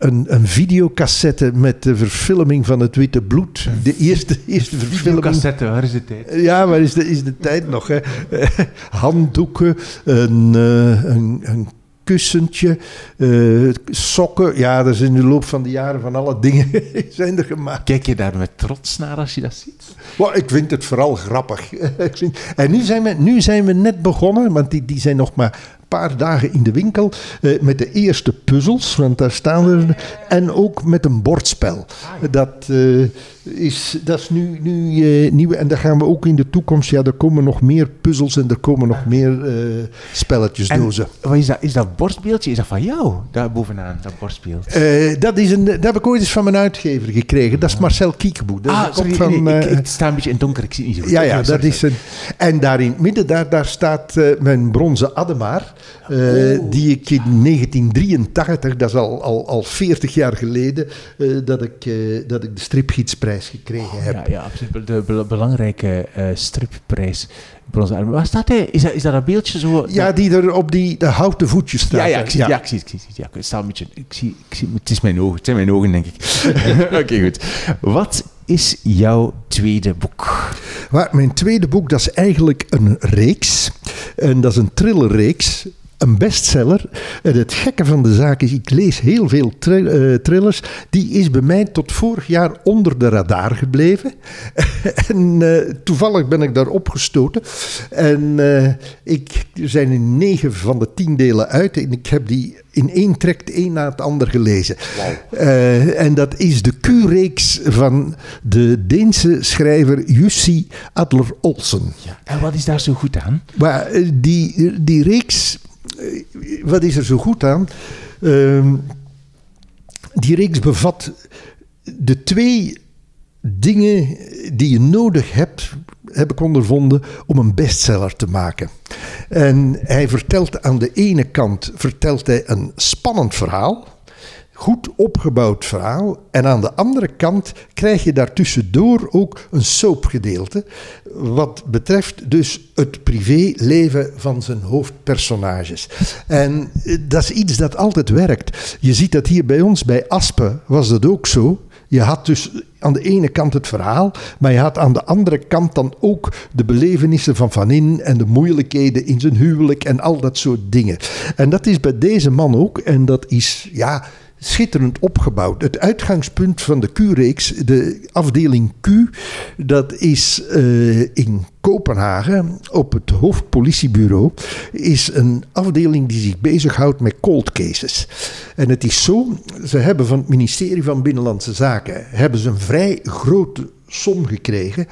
een videocassette met de verfilming van Het Witte Bloed. De eerste verfilming. Videocassette, waar is de tijd? Ja, waar is de tijd nog? Hè? Handdoeken, een kussentje, sokken. Ja, dat is in de loop van de jaren van alle dingen zijn er gemaakt. Kijk je daar met trots naar als je dat ziet? Well, ik vind het vooral grappig. En nu zijn we net begonnen, want die zijn nog maar een paar dagen in de winkel, met de eerste puzzels, want daar staan er, en ook met een bordspel. Dat is nu nieuw, en daar gaan we ook in de toekomst, ja, er komen nog meer puzzels en er komen nog meer spelletjesdozen. En wat is dat? Is dat borstbeeldje, is dat van jou, daar bovenaan, dat borstbeeld? Dat heb ik ooit eens van mijn uitgever gekregen. Dat is Marcel Kiekeboe. Ik sta een beetje in het donker, ik zie het niet zo goed. Ja, dat is een... En daar in het midden, daar staat mijn bronzen Ademaar, die ik in 1983, dat is al 40 jaar geleden, dat ik de stripgietsprijs gekregen heb. Ja, absoluut. De belangrijke stripprijs. Waar staat hij? Is dat een beeldje zo? Ja, die er op de houten voetjes staat. Ja, ik zie het. Ja, het staat een beetje... Het is mijn ogen. Het zijn mijn ogen, denk ik. Oké, goed. Wat is jouw tweede boek? Mijn tweede boek, dat is eigenlijk een reeks. En dat is een thrillerreeks. Een bestseller. En het gekke van de zaak is, ik lees heel veel thrillers. Die is bij mij tot vorig jaar onder de radar gebleven. En toevallig ben ik daar opgestoten. En er zijn er 9 van de 10 delen uit. En ik heb die in één trek het een na het ander gelezen. Wow. En dat is de Q-reeks van de Deense schrijver Jussi Adler-Olsen. Ja. En wat is daar zo goed aan? Maar die reeks... Wat is er zo goed aan? Die reeks bevat de 2 dingen die je nodig hebt, heb ik ondervonden, om een bestseller te maken. En hij vertelt aan de ene kant een spannend verhaal, goed opgebouwd verhaal, en aan de andere kant krijg je daartussendoor ook een soapgedeelte, wat betreft dus het privéleven van zijn hoofdpersonages. En dat is iets dat altijd werkt. Je ziet dat hier bij ons, bij Aspen, was dat ook zo. Je had dus aan de ene kant het verhaal, maar je had aan de andere kant dan ook de belevenissen van Van In en de moeilijkheden in zijn huwelijk en al dat soort dingen. En dat is bij deze man ook, en dat is, ja, schitterend opgebouwd. Het uitgangspunt van de Q-reeks, de afdeling Q, dat is in Kopenhagen, op het hoofdpolitiebureau, is een afdeling die zich bezighoudt met cold cases. En het is zo, ze hebben van het ministerie van Binnenlandse Zaken hebben ze een vrij grote som gekregen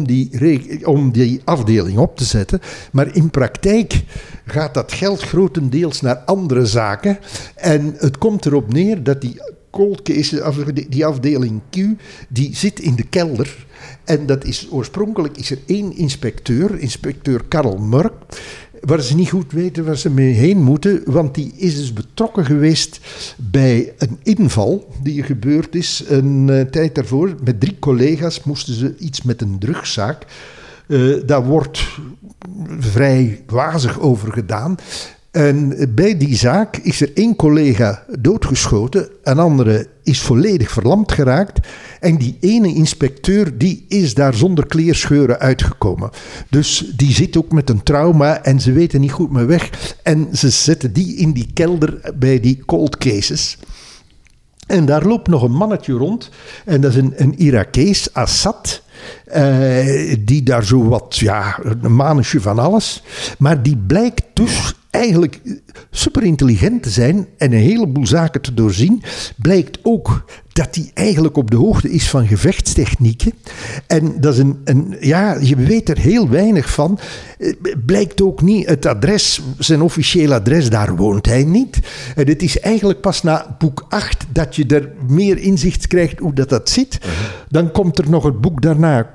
om die afdeling op te zetten. Maar in praktijk gaat dat geld grotendeels naar andere zaken. En het komt erop neer dat die cold case, die afdeling Q, die zit in de kelder. En dat is oorspronkelijk is er 1 inspecteur Karl Murk, waar ze niet goed weten waar ze mee heen moeten, want die is dus betrokken geweest bij een inval die gebeurd is een tijd daarvoor. Met 3 collega's moesten ze iets met een drugszaak. Daar wordt vrij wazig over gedaan. En bij die zaak is er 1 collega doodgeschoten, een andere is volledig verlamd geraakt en die ene inspecteur die is daar zonder kleerscheuren uitgekomen. Dus die zit ook met een trauma en ze weten niet goed meer weg en ze zetten die in die kelder bij die cold cases. En daar loopt nog een mannetje rond en dat is een Irakees, Assad. Die daar zo wat, ja, een manusje van alles. Maar die blijkt dus eigenlijk super intelligent te zijn en een heleboel zaken te doorzien. Blijkt ook dat hij eigenlijk op de hoogte is van gevechtstechnieken. En dat is ja, je weet er heel weinig van. Blijkt ook niet het adres, zijn officiële adres, daar woont hij niet. En het is eigenlijk pas na boek 8 dat je er meer inzicht krijgt hoe dat zit. Dan komt er nog het boek daarna,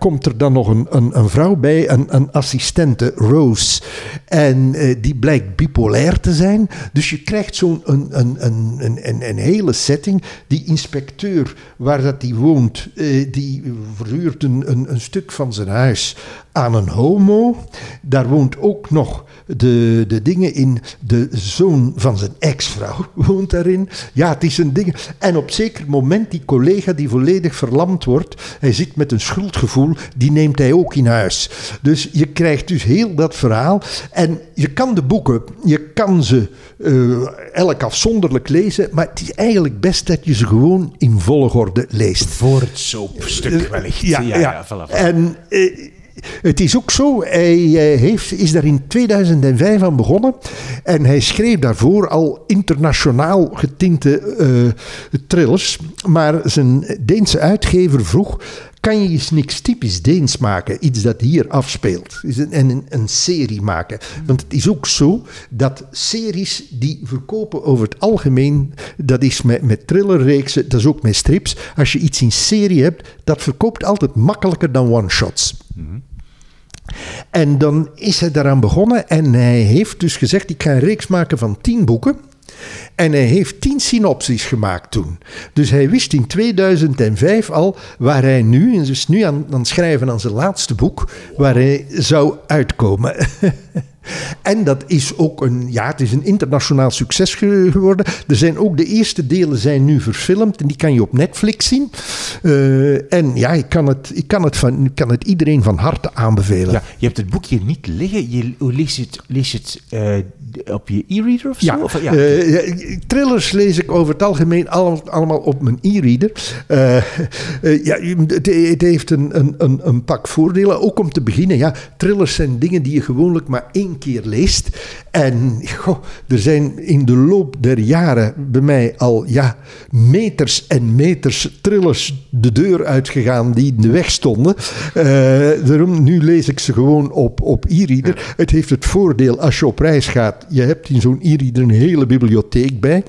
komt er dan nog een vrouw bij, een assistente, Rose. En die blijkt bipolair te zijn. Dus je krijgt zo'n een hele setting. Die inspecteur waar dat die woont, die verhuurt een stuk van zijn huis aan een homo. Daar woont ook nog de dingen in. De zoon van zijn ex-vrouw woont daarin. Ja, het is een ding. En op zeker moment, die collega die volledig verlamd wordt, hij zit met een schuldgevoel, die neemt hij ook in huis. Dus je krijgt dus heel dat verhaal. En je kan de boeken, je kan ze elk afzonderlijk lezen, maar het is eigenlijk best dat je ze gewoon in volgorde leest. Voor het soapstuk wellicht. Ja. Voilà. En het is ook zo, hij is daar in 2005 aan begonnen en hij schreef daarvoor al internationaal getinte thrillers, maar zijn Deense uitgever vroeg, kan je eens niks typisch Deens maken, iets dat hier afspeelt, en een serie maken. Want het is ook zo dat series die verkopen over het algemeen, dat is met thrillerreeksen, dat is ook met strips, als je iets in serie hebt, dat verkoopt altijd makkelijker dan one-shots. Mm-hmm. En dan is hij daaraan begonnen en hij heeft dus gezegd, ik ga een reeks maken van 10 boeken. En hij heeft 10 synopsies gemaakt toen. Dus hij wist in 2005 al waar hij nu, en dus nu aan het schrijven aan zijn laatste boek, waar hij zou uitkomen. En dat is ook het is een internationaal succes geworden. Er zijn ook de eerste delen zijn nu verfilmd en die kan je op Netflix zien. En ja, ik kan het iedereen van harte aanbevelen. Ja, je hebt het boekje niet liggen. Lees je het op je e-reader of zo? Ja, of, thrillers lees ik over het algemeen allemaal op mijn e-reader. Het heeft een pak voordelen. Ook om te beginnen, ja, thrillers zijn dingen die je gewoonlijk maar 1 keer leest. En er zijn in de loop der jaren bij mij al meters en meters thrillers de deur uitgegaan die in de weg stonden. Daarom, nu lees ik ze gewoon op e-reader. Ja. Het heeft het voordeel, als je op reis gaat, je hebt in zo'n e-reader een hele bibliotheek bij.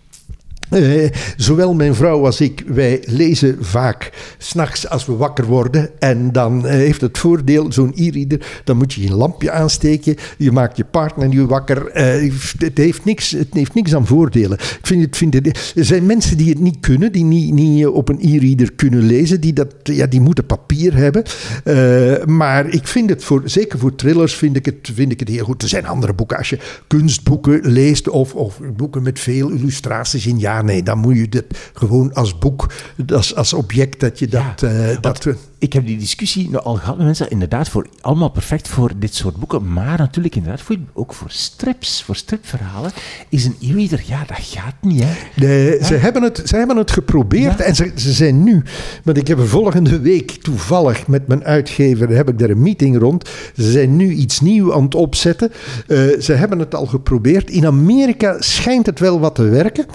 Zowel mijn vrouw als ik, wij lezen vaak 's nachts als we wakker worden. En dan heeft het voordeel, zo'n e-reader, dan moet je een lampje aansteken. Je maakt je partner nu wakker. Het heeft niks aan voordelen. Er zijn mensen die het niet kunnen, die niet op een e-reader kunnen lezen. Die moeten papier hebben. Maar ik vind het, zeker voor thrillers, vind ik het heel goed. Er zijn andere boeken. Als je kunstboeken leest of boeken met veel illustraties in, nee, dan moet je dit gewoon als boek, als object dat je dat... Ik heb die discussie al gehad met mensen, inderdaad, allemaal perfect voor dit soort boeken, maar natuurlijk inderdaad ook voor strips, voor stripverhalen, is een e-reader, dat gaat niet, hè. Nee, ze hebben het geprobeerd en ze zijn nu, want ik heb er volgende week toevallig met mijn uitgever, heb ik daar een meeting rond, ze zijn nu iets nieuws aan het opzetten. Ze hebben het al geprobeerd. In Amerika schijnt het wel wat te werken,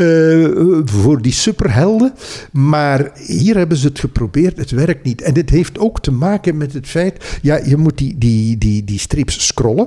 voor die superhelden, maar hier hebben ze het geprobeerd, het werkt niet. En dit heeft ook te maken met het feit, je moet die strips scrollen.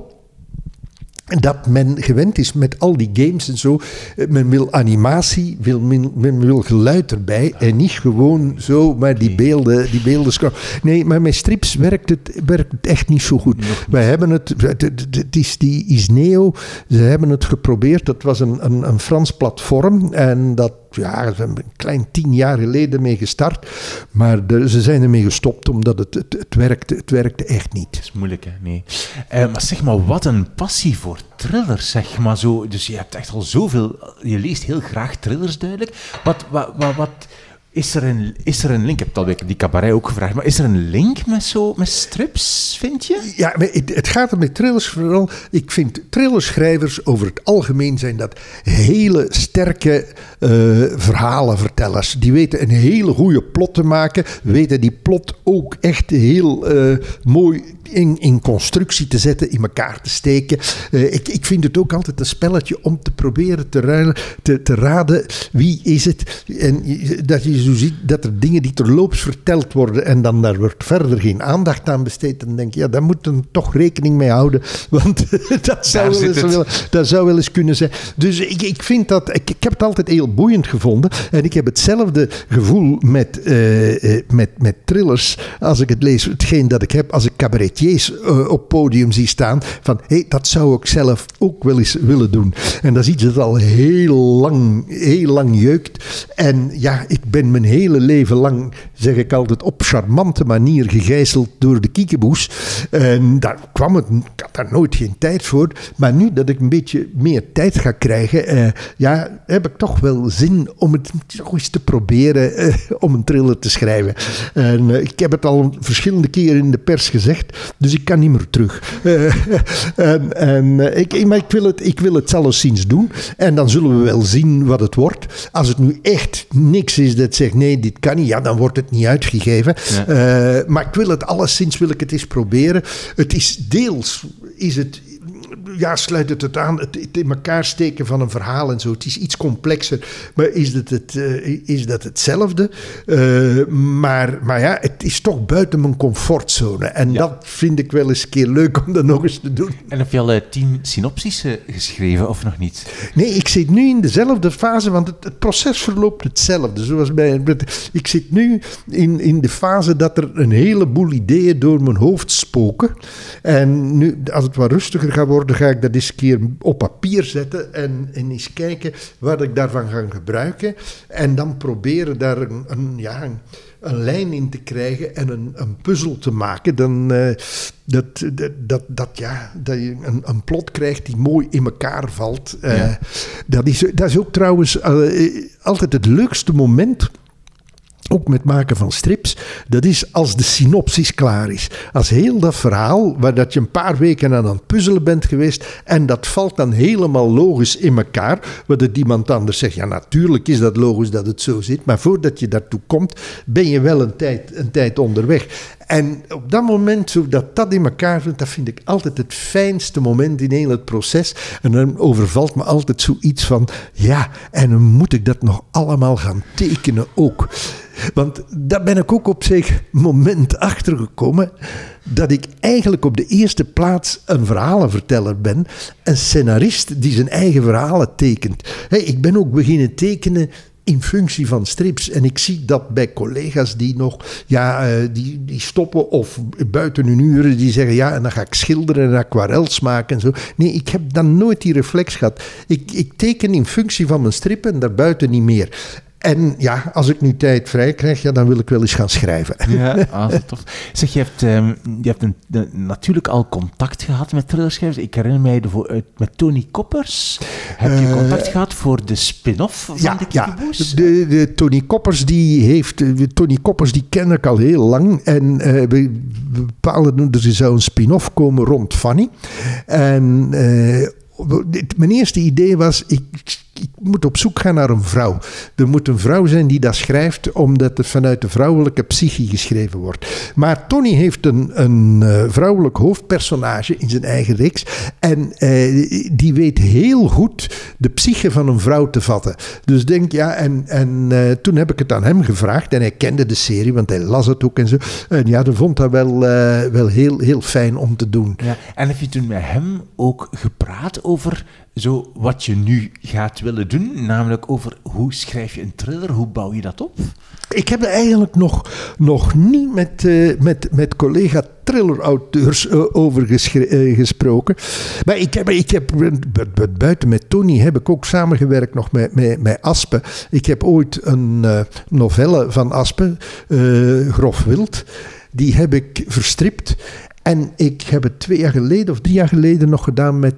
Dat men gewend is met al die games en zo. Men wil animatie, men wil geluid erbij. En niet gewoon zo, maar die beelden scrollen. Nee, maar met strips werkt het echt niet zo goed. Wij hebben het is die Isneo, ze hebben het geprobeerd. Dat was een Frans platform. En dat, we hebben een klein 10 jaar geleden mee gestart. Maar ze zijn ermee gestopt, omdat het werkte echt niet. Het is moeilijk, hè? Nee. Maar zeg maar, wat een passie voor thrillers, zeg maar zo. Dus je hebt echt al zoveel... Je leest heel graag thrillers, duidelijk. Wat is er een link? Ik heb dat die cabaret ook gevraagd, maar is er een link met strips, vind je? Ja, het gaat er met thrillers vooral. Ik vind thrillerschrijvers over het algemeen zijn dat hele sterke verhalenvertellers. Die weten een hele goede plot te maken, weten die plot ook echt heel mooi in constructie te zetten, in elkaar te steken. Ik vind het ook altijd een spelletje om te proberen te raden wie is het. En dat je zo ziet dat er dingen die terloops verteld worden en dan daar wordt verder geen aandacht aan besteed, dan denk je, ja, daar moet je toch rekening mee houden, want dat zou wel eens kunnen zijn. Dus ik vind dat, ik heb het altijd heel boeiend gevonden en ik heb hetzelfde gevoel met thrillers als ik het lees, hetgeen dat ik heb als ik cabaretiers op podium zie staan, van dat zou ik zelf ook wel eens willen doen. En dat is iets dat al heel lang jeukt. En ja, ik ben mijn hele leven lang, zeg ik altijd, op charmante manier gegijzeld door de kiekeboes. En daar kwam het, ik had daar nooit geen tijd voor. Maar nu dat ik een beetje meer tijd ga krijgen, heb ik toch wel zin om het toch eens te proberen om een thriller te schrijven. En ik heb het al verschillende keren in de pers gezegd, dus ik kan niet meer terug. Maar ik wil het alleszins doen. En dan zullen we wel zien wat het wordt. Als het nu echt niks is dat zegt, nee, dit kan niet, ja, dan wordt het niet uitgegeven. Ja. Maar ik wil het alleszins, wil ik het eens proberen. Het is deels, sluit het aan, het in elkaar steken van een verhaal en zo. Het is iets complexer, maar is dat hetzelfde? Maar ja, het is toch buiten mijn comfortzone. En dat vind ik wel eens een keer leuk om dat nog eens te doen. En heb je al 10 synopsissen geschreven, of nog niet? Nee, ik zit nu in dezelfde fase, want het proces verloopt hetzelfde. Zoals ik zit nu in de fase dat er een heleboel ideeën door mijn hoofd spoken. En nu, als het wat rustiger gaat worden, ga ik dat eens een keer op papier zetten en eens kijken wat ik daarvan ga gebruiken. En dan proberen daar een lijn in te krijgen en een puzzel te maken. Dan, dat je een plot krijgt die mooi in elkaar valt. Dat is ook trouwens altijd het leukste moment, ook met maken van strips, dat is als de synopsis klaar is. Als heel dat verhaal, waar dat je een paar weken aan het puzzelen bent geweest, en dat valt dan helemaal logisch in elkaar, waar dat iemand anders zegt, ja, natuurlijk is dat logisch dat het zo zit, maar voordat je daartoe komt, ben je wel een tijd onderweg. En op dat moment, zodat dat in elkaar vindt, dat vind ik altijd het fijnste moment in heel het proces. En dan overvalt me altijd zoiets van, ja, en dan moet ik dat nog allemaal gaan tekenen ook. Want daar ben ik ook op zich moment achtergekomen, dat ik eigenlijk op de eerste plaats een verhalenverteller ben, een scenarist die zijn eigen verhalen tekent. Ik ben ook beginnen tekenen in functie van strips. En ik zie dat bij collega's die nog, die stoppen of buiten hun uren, die zeggen, ja, en dan ga ik schilderen en aquarels maken en zo. Nee, ik heb dan nooit die reflex gehad. Ik teken in functie van mijn strip en daarbuiten niet meer. En ja, als ik nu tijd vrij krijg, dan wil ik wel eens gaan schrijven. Ja, tof. Zeg, je hebt natuurlijk al contact gehad met thrillerschrijvers. Ik herinner mij met Tony Koppers. Heb je contact gehad voor de spin-off van de Kiekeboes? De Tony Koppers die ken ik al heel lang. En we bepaalden, er zou een spin-off komen rond Fanny. En mijn eerste idee was, ik moet op zoek gaan naar een vrouw. Er moet een vrouw zijn die dat schrijft, omdat het vanuit de vrouwelijke psyche geschreven wordt. Maar Tony heeft een vrouwelijk hoofdpersonage in zijn eigen reeks. En die weet heel goed de psyche van een vrouw te vatten. Dus denk, toen heb ik het aan hem gevraagd. En hij kende de serie, want hij las het ook en zo. En ja, hij vond dat wel heel, heel fijn om te doen. Ja, en heb je toen met hem ook gepraat over zo wat je nu gaat willen doen, namelijk over hoe schrijf je een thriller, hoe bouw je dat op? Ik heb er eigenlijk nog niet met collega thriller-auteurs over gesproken. Maar ik heb buiten met Tony heb ik ook samengewerkt nog met Aspe. Ik heb ooit een novelle van Aspe, Grof Wild, die heb ik verstript. En ik heb het 2 jaar geleden of 3 jaar geleden nog gedaan met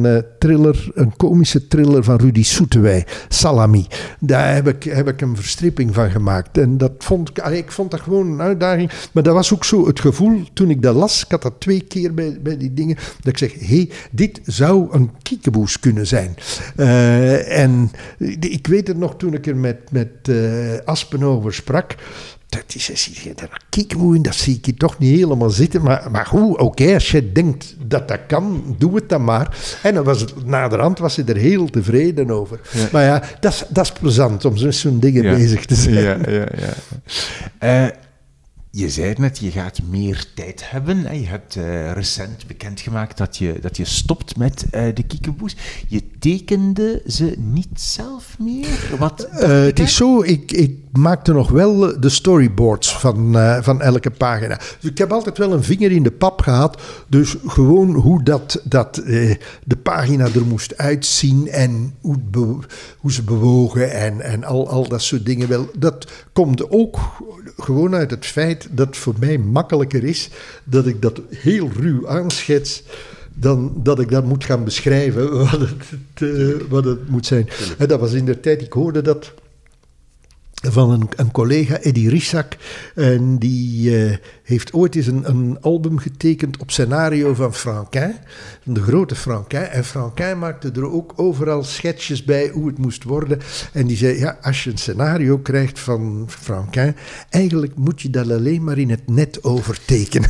een komische thriller van Rudy Soetewij, Salami. Daar heb ik een verstripping van gemaakt. En ik vond dat gewoon een uitdaging. Maar dat was ook zo het gevoel toen ik dat las. Ik had dat 2 keer bij die dingen. Dat ik zeg, dit zou een kiekeboes kunnen zijn. En ik weet het nog toen ik er met Aspen over sprak. dat Kiekeboe, dat zie ik hier toch niet helemaal zitten. Maar goed, oké, als je denkt dat dat kan, doe het dan maar. En dan was het, naderhand was hij er heel tevreden over. Ja. Maar ja, dat is plezant om zo'n dingen bezig te zijn. Ja. Je zei het net, je gaat meer tijd hebben. Je hebt recent bekendgemaakt dat je stopt met de Kiekeboes. Je tekende ze niet zelf meer? Het is zo, ik maakte nog wel de storyboards van elke pagina. Dus ik heb altijd wel een vinger in de pap gehad. Dus gewoon hoe de pagina er moest uitzien en hoe ze bewogen en al dat soort dingen. Wel, dat komt ook gewoon uit het feit dat het voor mij makkelijker is dat ik dat heel ruw aanschets dan dat ik dat moet gaan beschrijven wat het moet zijn. En dat was in de tijd, ik hoorde dat van een collega, Eddy Rissak, en die heeft ooit eens een album getekend op scenario van Franquin, de grote Franquin. En Franquin maakte er ook overal sketches bij hoe het moest worden. En die zei, ja, als je een scenario krijgt van Franquin, eigenlijk moet je dat alleen maar in het net overtekenen.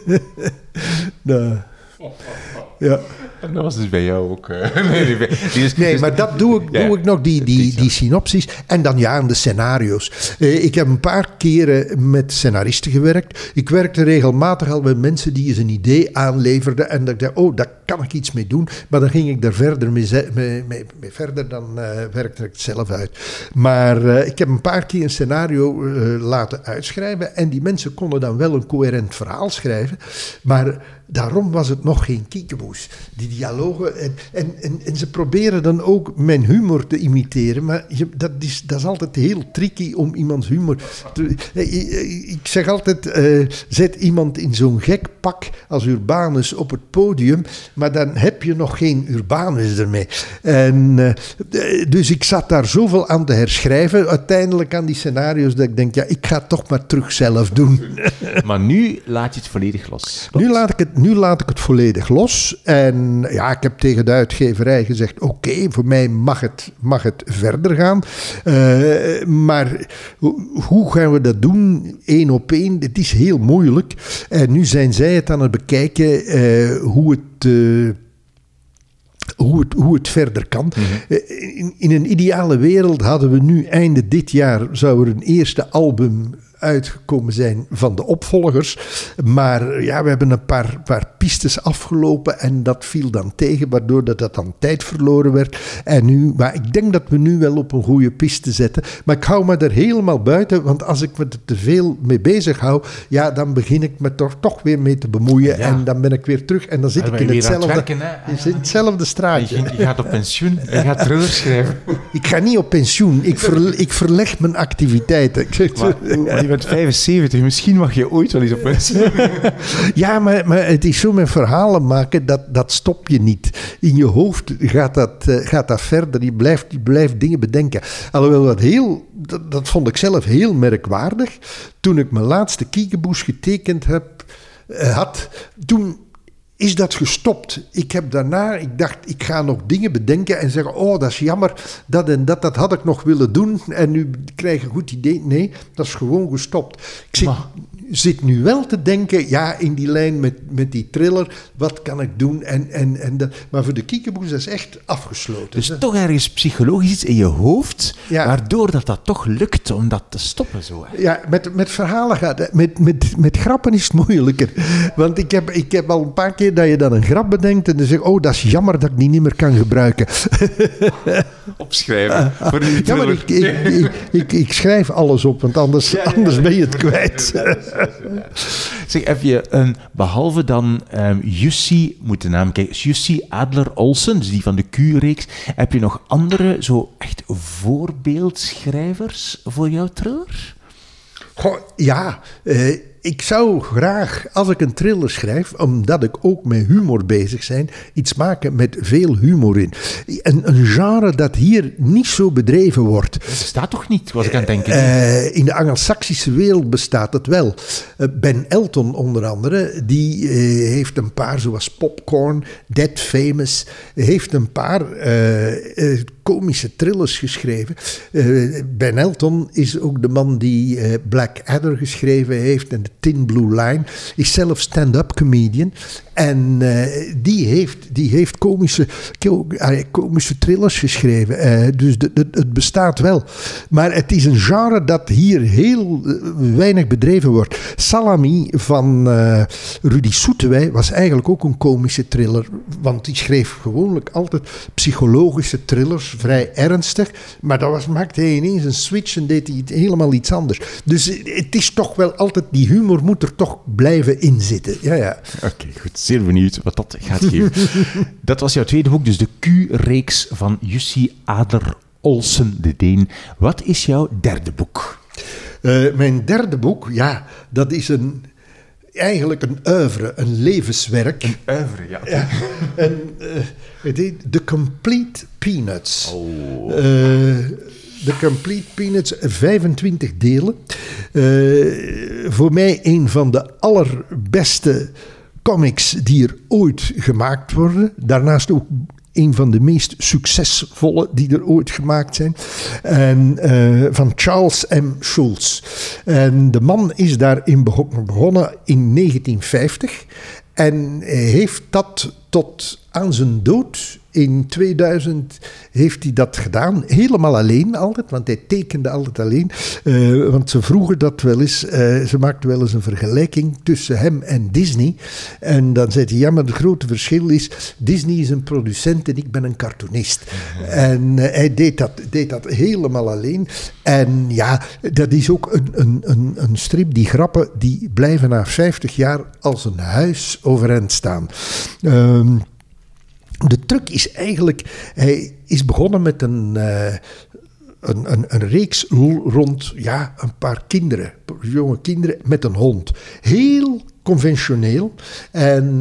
Nou, ja. En dat was dus bij jou ook. Nee, maar dat doe ik nog, die synopsis. En dan de scenario's. Ik heb een paar keren met scenaristen gewerkt. Ik werkte regelmatig al met mensen die eens een idee aanleverden. En dat ik dacht, daar kan ik iets mee doen. Maar dan ging ik daar verder mee verder, dan werkte ik het zelf uit. Maar ik heb een paar keer een scenario laten uitschrijven. En die mensen konden dan wel een coherent verhaal schrijven. Maar daarom was het nog geen Kiekeboes. Die dialogen. En ze proberen dan ook mijn humor te imiteren. Maar dat is altijd heel tricky om iemands humor ik zeg altijd, zet iemand in zo'n gek pak als Urbanus op het podium, maar dan heb je nog geen Urbanus ermee. En dus ik zat daar zoveel aan te herschrijven, uiteindelijk aan die scenario's, dat ik denk, ja, ik ga het toch maar terug zelf doen. Maar nu laat je het volledig los. Nu laat ik het volledig los. En ja, ik heb tegen de uitgeverij gezegd, oké, voor mij mag het verder gaan. Maar hoe gaan we dat doen? 1 op 1, het is heel moeilijk. En nu zijn zij het aan het bekijken hoe het verder kan. Mm-hmm. In een ideale wereld hadden we nu einde dit jaar, zou er een eerste album uitgekomen zijn van de opvolgers. Maar ja, we hebben een paar pistes afgelopen en dat viel dan tegen, waardoor dat dan tijd verloren werd. Maar ik denk dat we nu wel op een goede piste zetten. Maar ik hou me er helemaal buiten, want als ik me er te veel mee bezig hou, ja, dan begin ik me toch weer mee te bemoeien en dan ben ik weer terug en dan zit ik in hetzelfde straatje. Je gaat op pensioen, je gaat thrillers schrijven. Ik ga niet op pensioen, ik verleg mijn activiteiten. Maar je bent 75, misschien mag je ooit wel eens op pensioen. Ja, maar het is zo met verhalen maken, dat stop je niet. In je hoofd gaat dat verder, je blijft dingen bedenken. Alhoewel dat vond ik zelf heel merkwaardig. Toen ik mijn laatste Kiekeboes getekend had, toen is dat gestopt. Ik dacht, ik ga nog dingen bedenken en zeggen, dat is jammer, dat en dat had ik nog willen doen en nu krijg ik een goed idee. Nee, dat is gewoon gestopt. Ik zit nu wel te denken, ja, in die lijn met die thriller, wat kan ik doen? Maar voor de Kiekeboes, dat is echt afgesloten. Dus toch ergens psychologisch iets in je hoofd, waardoor dat toch lukt om dat te stoppen zo. Hè? Ja, met verhalen gaat het. Met grappen is het moeilijker. Want ik heb al een paar keer dat je dan een grap bedenkt en dan zeg je, dat is jammer dat ik die niet meer kan gebruiken. Opschrijven. Ja, maar ik schrijf alles op, want anders ben je het kwijt. Zeg, heb je behalve dan Jussi, moet de naam kijken, Jussi Adler-Olsen, dus die van de Q-reeks, heb je nog andere zo echt voorbeeldschrijvers voor jouw thriller? Goh, ja, ik zou graag, als ik een thriller schrijf, omdat ik ook met humor bezig ben, iets maken met veel humor in. Een genre dat hier niet zo bedreven wordt. Dat bestaat toch niet, was ik aan het denken? In de Angelsaksische wereld bestaat het wel. Ben Elton onder andere, die heeft een paar, zoals Popcorn, Dead Famous, heeft een paar komische thrillers geschreven. Ben Elton is ook de man die Blackadder geschreven heeft en The Thin Blue Line, is zelf stand-up comedian. En die heeft komische thrillers geschreven. Dus het bestaat wel. Maar het is een genre dat hier heel weinig bedreven wordt. Salami van Rudy Soetewij was eigenlijk ook een komische thriller. Want die schreef gewoonlijk altijd psychologische thrillers, vrij ernstig. Maar maakte hij ineens een switch en deed hij helemaal iets anders. Dus het is toch wel altijd, die humor moet er toch blijven inzitten. Ja. Oké, goed. Zeer benieuwd wat dat gaat geven. Dat was jouw tweede boek, dus de Q-reeks van Jussi Adler-Olsen de Deen. Wat is jouw derde boek? Mijn derde boek, dat is eigenlijk een oeuvre, een levenswerk. Een oeuvre, ja. Het heet The Complete Peanuts. Oh. The Complete Peanuts, 25 delen. Voor mij een van de allerbeste comics die er ooit gemaakt worden. Daarnaast ook een van de meest succesvolle die er ooit gemaakt zijn. En van Charles M. Schulz. En de man is daarin begonnen in 1950. En heeft dat tot aan zijn dood in 2000 heeft hij dat gedaan. Helemaal alleen altijd, want hij tekende altijd alleen. Want ze vroegen dat wel eens. Ze maakten wel eens een vergelijking tussen hem en Disney. En dan zei hij, maar het grote verschil is, Disney is een producent en ik ben een cartoonist. Mm-hmm. En hij deed dat helemaal alleen. En ja, dat is ook een strip, die grappen, die blijven na 50 jaar als een huis overeind staan. De truc is eigenlijk, hij is begonnen met een reeks rond een paar kinderen, jonge kinderen met een hond. Heel conventioneel. En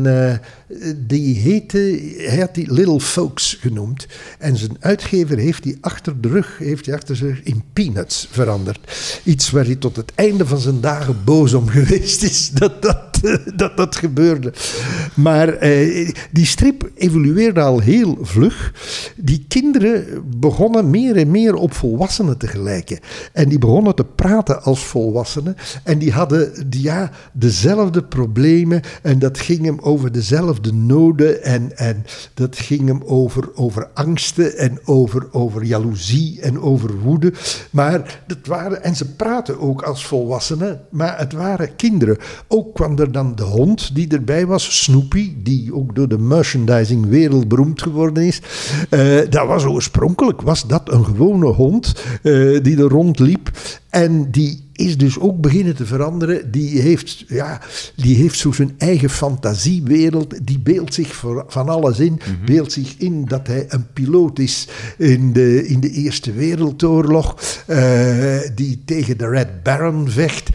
hij had die Little Folks genoemd. En zijn uitgever heeft die achter zich in Peanuts veranderd. Iets waar hij tot het einde van zijn dagen boos om geweest is dat gebeurde. Maar die strip evolueerde al heel vlug. Die kinderen begonnen meer en meer op volwassenen te gelijken. En die begonnen te praten als volwassenen. En die hadden dezelfde problemen. En dat ging hem over dezelfde noden. En dat ging hem over angsten. En over jaloezie. En over woede. Maar en ze praten ook als volwassenen. Maar het waren kinderen. Ook kwam er dan de hond die erbij was. Snoopy. Die ook door de merchandising wereldberoemd geworden is. Oorspronkelijk was dat een gewone hond. Die er rondliep. En die is dus ook beginnen te veranderen. Die heeft zo zijn eigen fantasiewereld. Die beeldt zich van alles in. Mm-hmm. Beeldt zich in dat hij een piloot is in de Eerste Wereldoorlog. Die tegen de Red Baron vecht.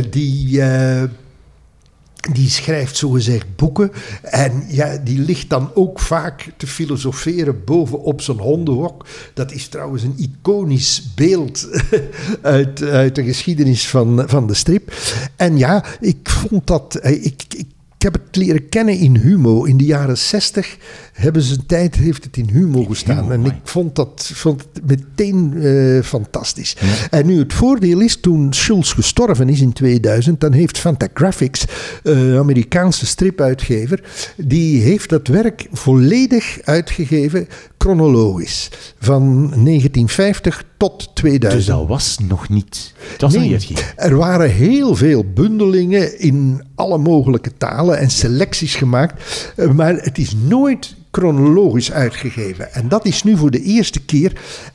Die schrijft zogezegd boeken. En die ligt dan ook vaak te filosoferen bovenop zijn hondenhok. Dat is trouwens een iconisch beeld uit de geschiedenis van de strip. En ik vond dat... Ik heb het leren kennen in Humo. In de jaren 60 heeft het in Humo gestaan. En ik vond het meteen fantastisch. Ja. En nu het voordeel is, toen Schulz gestorven is in 2000, dan heeft Fantagraphics, Amerikaanse stripuitgever, die heeft dat werk volledig uitgegeven, chronologisch. Van 1950 tot 2000. Dus dat was nog niet... Dat was niet uitgegeven. Er waren heel veel bundelingen in alle mogelijke talen en selecties gemaakt. Maar het is nooit chronologisch uitgegeven. En dat is nu voor de eerste keer.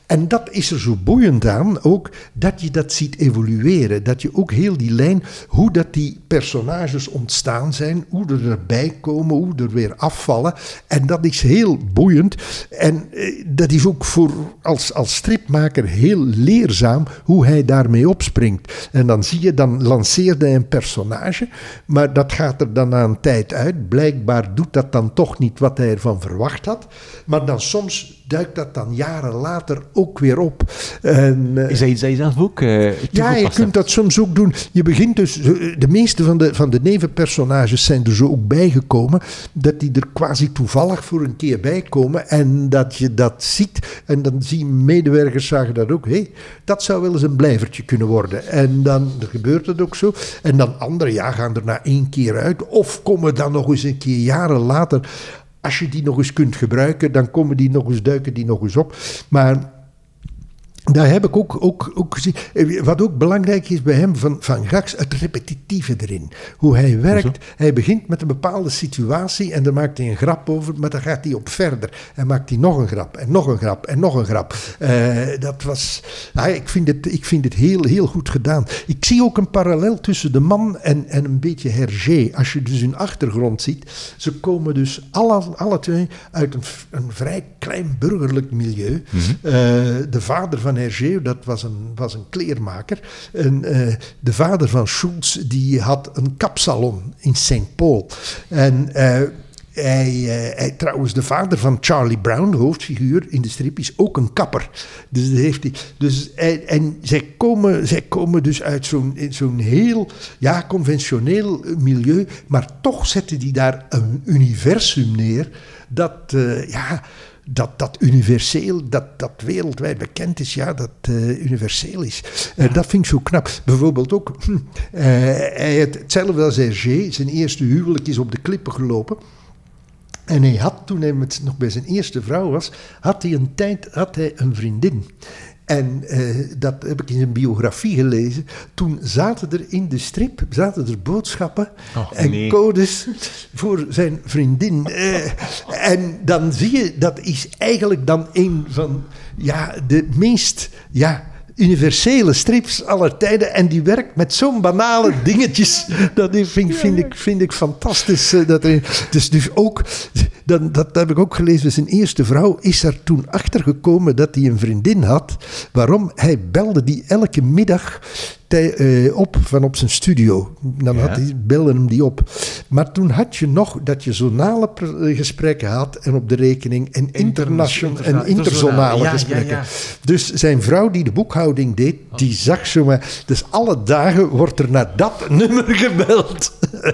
En dat is er zo boeiend aan, ook dat je dat ziet evolueren. Dat je ook heel die lijn, hoe dat die personages ontstaan zijn, hoe er erbij komen, hoe er weer afvallen. En dat is heel boeiend. En dat is ook voor als stripmaker heel leerzaam hoe hij daarmee opspringt. En dan zie je, dan lanceert hij een personage, maar dat gaat er dan na een tijd uit. Blijkbaar doet dat dan toch niet wat hij ervan verwacht had. Maar dan soms duikt dat dan jaren later ook weer op. En, is dat iets dat je zelf ook ja, je kunt dat soms ook doen. Je begint dus, de meeste van de nevenpersonages zijn er zo ook bijgekomen, dat die er quasi toevallig voor een keer bij komen en dat je dat ziet. En dan zien medewerkers zagen dat ook. Hey, dat zou wel eens een blijvertje kunnen worden. En dan gebeurt het ook zo. En dan anderen gaan er na 1 keer uit of komen dan nog eens een keer jaren later. Als je die nog eens kunt gebruiken, dan duiken die nog eens op. Maar daar heb ik ook gezien. Wat ook belangrijk is bij hem van Gax, het repetitieve erin. Hoe hij werkt. Hij begint met een bepaalde situatie en daar maakt hij een grap over, maar dan gaat hij op verder. En maakt hij nog een grap en nog een grap en nog een grap. Dat was... ik vind het heel, heel goed gedaan. Ik zie ook een parallel tussen de man en een beetje Hergé. Als je dus hun achtergrond ziet. Ze komen dus alle twee uit een vrij klein burgerlijk milieu. Mm-hmm. De vader van Hergé, dat was een kleermaker. En, de vader van Schultz, die had een kapsalon in St. Paul. En hij, trouwens, de vader van Charlie Brown, de hoofdfiguur in de strip, is ook een kapper. Dus dat heeft hij. En zij komen dus uit zo'n heel conventioneel milieu, maar toch zetten die daar een universum neer dat dat universeel, dat wereldwijd bekend is, dat universeel is. Dat vind ik zo knap. Bijvoorbeeld ook, hij had hetzelfde als Hergé, zijn eerste huwelijk is op de klippen gelopen. En hij had, toen hij nog bij zijn eerste vrouw was, had hij een vriendin. En dat heb ik in zijn biografie gelezen. Toen zaten er in de strip boodschappen en codes voor zijn vriendin. En dan zie je, dat is eigenlijk dan een van de meest universele strips aller tijden. En die werkt met zo'n banale dingetjes. Dat vind ik fantastisch. Dus ook, dat heb ik ook gelezen. Zijn eerste vrouw is er toen achtergekomen dat hij een vriendin had. Waarom? Hij belde die elke middag op zijn studio. Dan belde hem die op. Maar toen had je nog dat je zonale gesprekken had en op de rekening en interzonale gesprekken. Ja. Dus zijn vrouw die de boekhouding deed, die zag zo maar. Dus alle dagen wordt er naar dat nummer gebeld.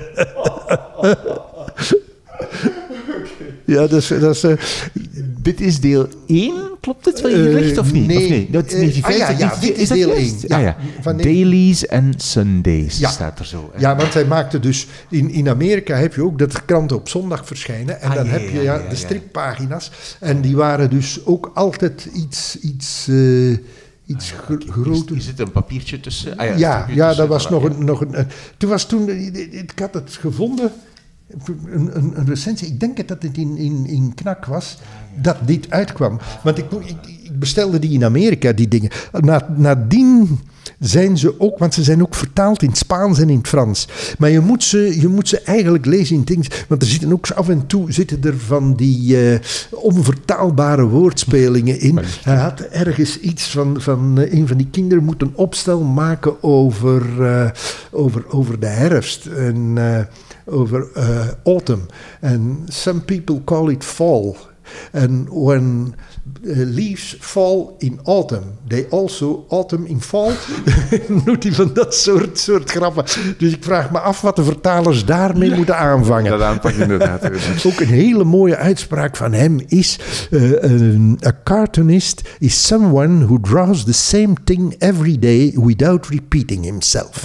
Ja, dat is dit is deel 1, klopt het wat je zegt, of niet? Nee. Dat is dit is deel 1. Ja. Dailies en Sundays staat er zo. Ja, want hij maakte dus... In Amerika heb je ook dat er kranten op zondag verschijnen. En dan heb je de strippagina's. En die waren dus ook altijd iets groter. Is het een papiertje tussen? Dat was nog een... Ik had het gevonden... Een recensie, ik denk dat het in Knak was, dat dit uitkwam. Want ik bestelde die in Amerika, die dingen. Nadien zijn ze ook, want ze zijn ook vertaald in het Spaans en in het Frans. Maar je moet ze eigenlijk lezen in het Engels, want er zitten ook af en toe van die onvertaalbare woordspelingen in. Hij had ergens iets van een van die kinderen moet een opstel maken over de herfst. En... over autumn. And some people call it fall. And when leaves fall in autumn, they also autumn in fall. Doet hij van dat soort grappen. Dus ik vraag me af wat de vertalers daarmee moeten aanvangen. Dat aanpakken inderdaad. Ook een hele mooie uitspraak van hem is... a cartoonist is someone who draws the same thing every day without repeating himself.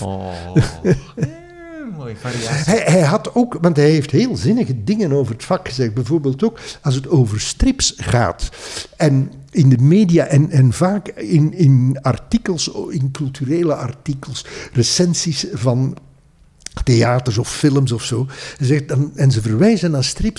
Hij had ook, want hij heeft heel zinnige dingen over het vak gezegd. Bijvoorbeeld ook als het over strips gaat. En in de media en vaak in artikels, in culturele artikels, recensies van theaters of films of zo. Hij zegt, en ze verwijzen naar strips, is het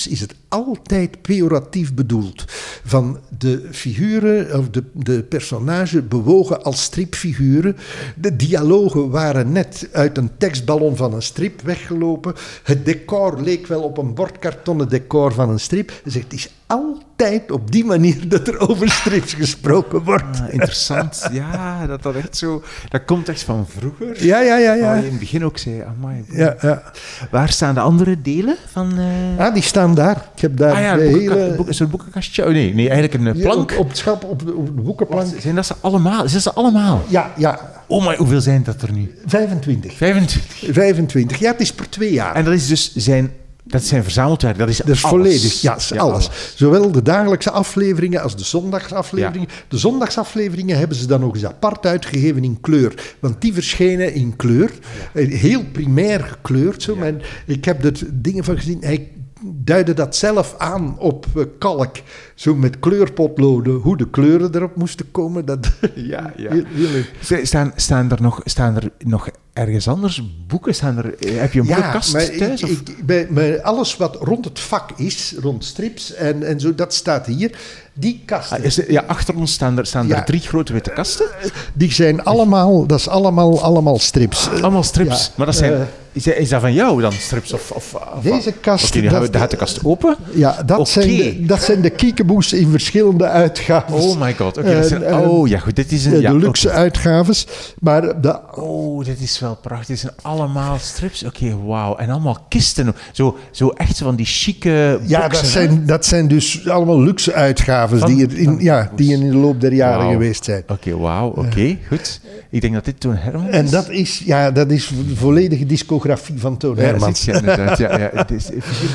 altijd pejoratief bedoeld. Van de figuren, of de personage bewogen als stripfiguren. De dialogen waren net uit een tekstballon van een strip weggelopen. Het decor leek wel op een bordkartonnen decor van een strip. Hij zegt, het is altijd op die manier dat er over strips gesproken wordt. Interessant. Ja, dat echt zo... Dat komt echt van vroeger. Ja. Waar je in het begin ook zei, amai. Ja. Waar staan de andere delen van... Die staan daar. Ik heb daar een soort boekenkastje. Oh, nee, eigenlijk een plank. Op de boekenplank. Zijn dat ze allemaal? Zijn ze allemaal? Ja. Oh, maar hoeveel zijn dat er nu? 25. 25. Ja, het is per 2 jaar. En dat is dus zijn verzameld werk. Dat is alles. Volledig, ja, alles. Zowel de dagelijkse afleveringen als de zondagsafleveringen. Ja. De zondagsafleveringen hebben ze dan ook eens apart uitgegeven in kleur. Want die verschijnen in kleur. Ja. Heel primair gekleurd. Zo. Ja. Ik heb er dingen van gezien. Hij duidde dat zelf aan op kalk. Zo met kleurpotloden. Hoe de kleuren erop moesten komen. Dat ja. Staan er nog ergens anders boeken? Heb je een boekenkast thuis? Bij alles wat rond het vak is, rond strips en zo, dat staat hier. Die kasten. Achter ons staan er 3 grote witte kasten. Die zijn allemaal, dat is allemaal strips. Allemaal strips. Ja, maar dat zijn... Is dat van jou dan, strips? Deze kast... Oké, nu gaan we de kast open. Ja, dat zijn de Kiekeboes in verschillende uitgaves. Oh my god. Goed, dit is een... de luxe uitgaves. Maar dit is wel prachtig. Dit zijn allemaal strips. Oké, wauw. En allemaal kisten. Zo echt van die chique boxen. Dat zijn dus allemaal luxe uitgaves die in de loop der jaren geweest zijn. Oké, wauw. Oké, goed. Ik denk dat dit Toon Hermans is. En dat is de volledige discografie van Toon Hermans. Inderdaad. Het is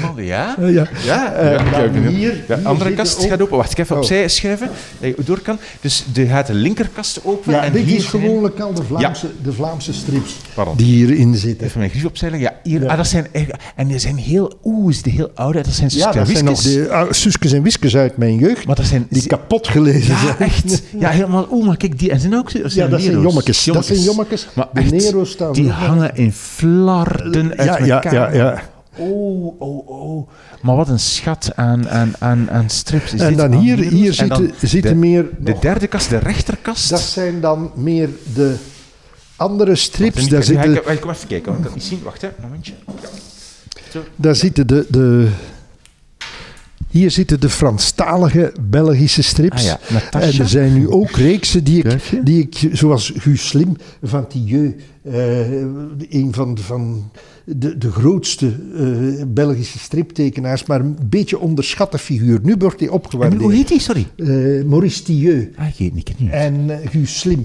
de andere kast gaat open. Wacht, ik even opzij schuiven, dat je door kan. Dus je gaat de linkerkast open. Ja, dit is gewoonlijk al de Vlaamse strips die hierin zitten. Even mijn grief opzij leggen. Ja, hier. Dat zijn en die zijn heel oude. Dat zijn Suskes en Wiskes uit mijn jeugd. Maar dat zijn die kapot gelezen zijn. Echt. Ja, helemaal. Maar kijk, die en zijn ook. Dat zijn jommekes. Dat zijn jommekes. Maar de Nero's staan. Die hangen in flarden uit elkaar. Ja. Oh. Maar wat een schat aan strips. En dan hier zitten meer... De derde kast, de rechterkast. Dat zijn dan meer de andere strips. Ik kom even kijken, want ik kan het niet zien. Wacht, een momentje. Daar zitten hier zitten de Franstalige Belgische strips. En er zijn nu ook reeksen die ik zoals Guus Slim van Tilleux, een van de grootste Belgische striptekenaars, maar een beetje onderschatte figuur. Nu wordt hij opgewaardeerd. En hoe heet hij, sorry? Maurice Tilleux. Ik weet niet. En Guus Slim.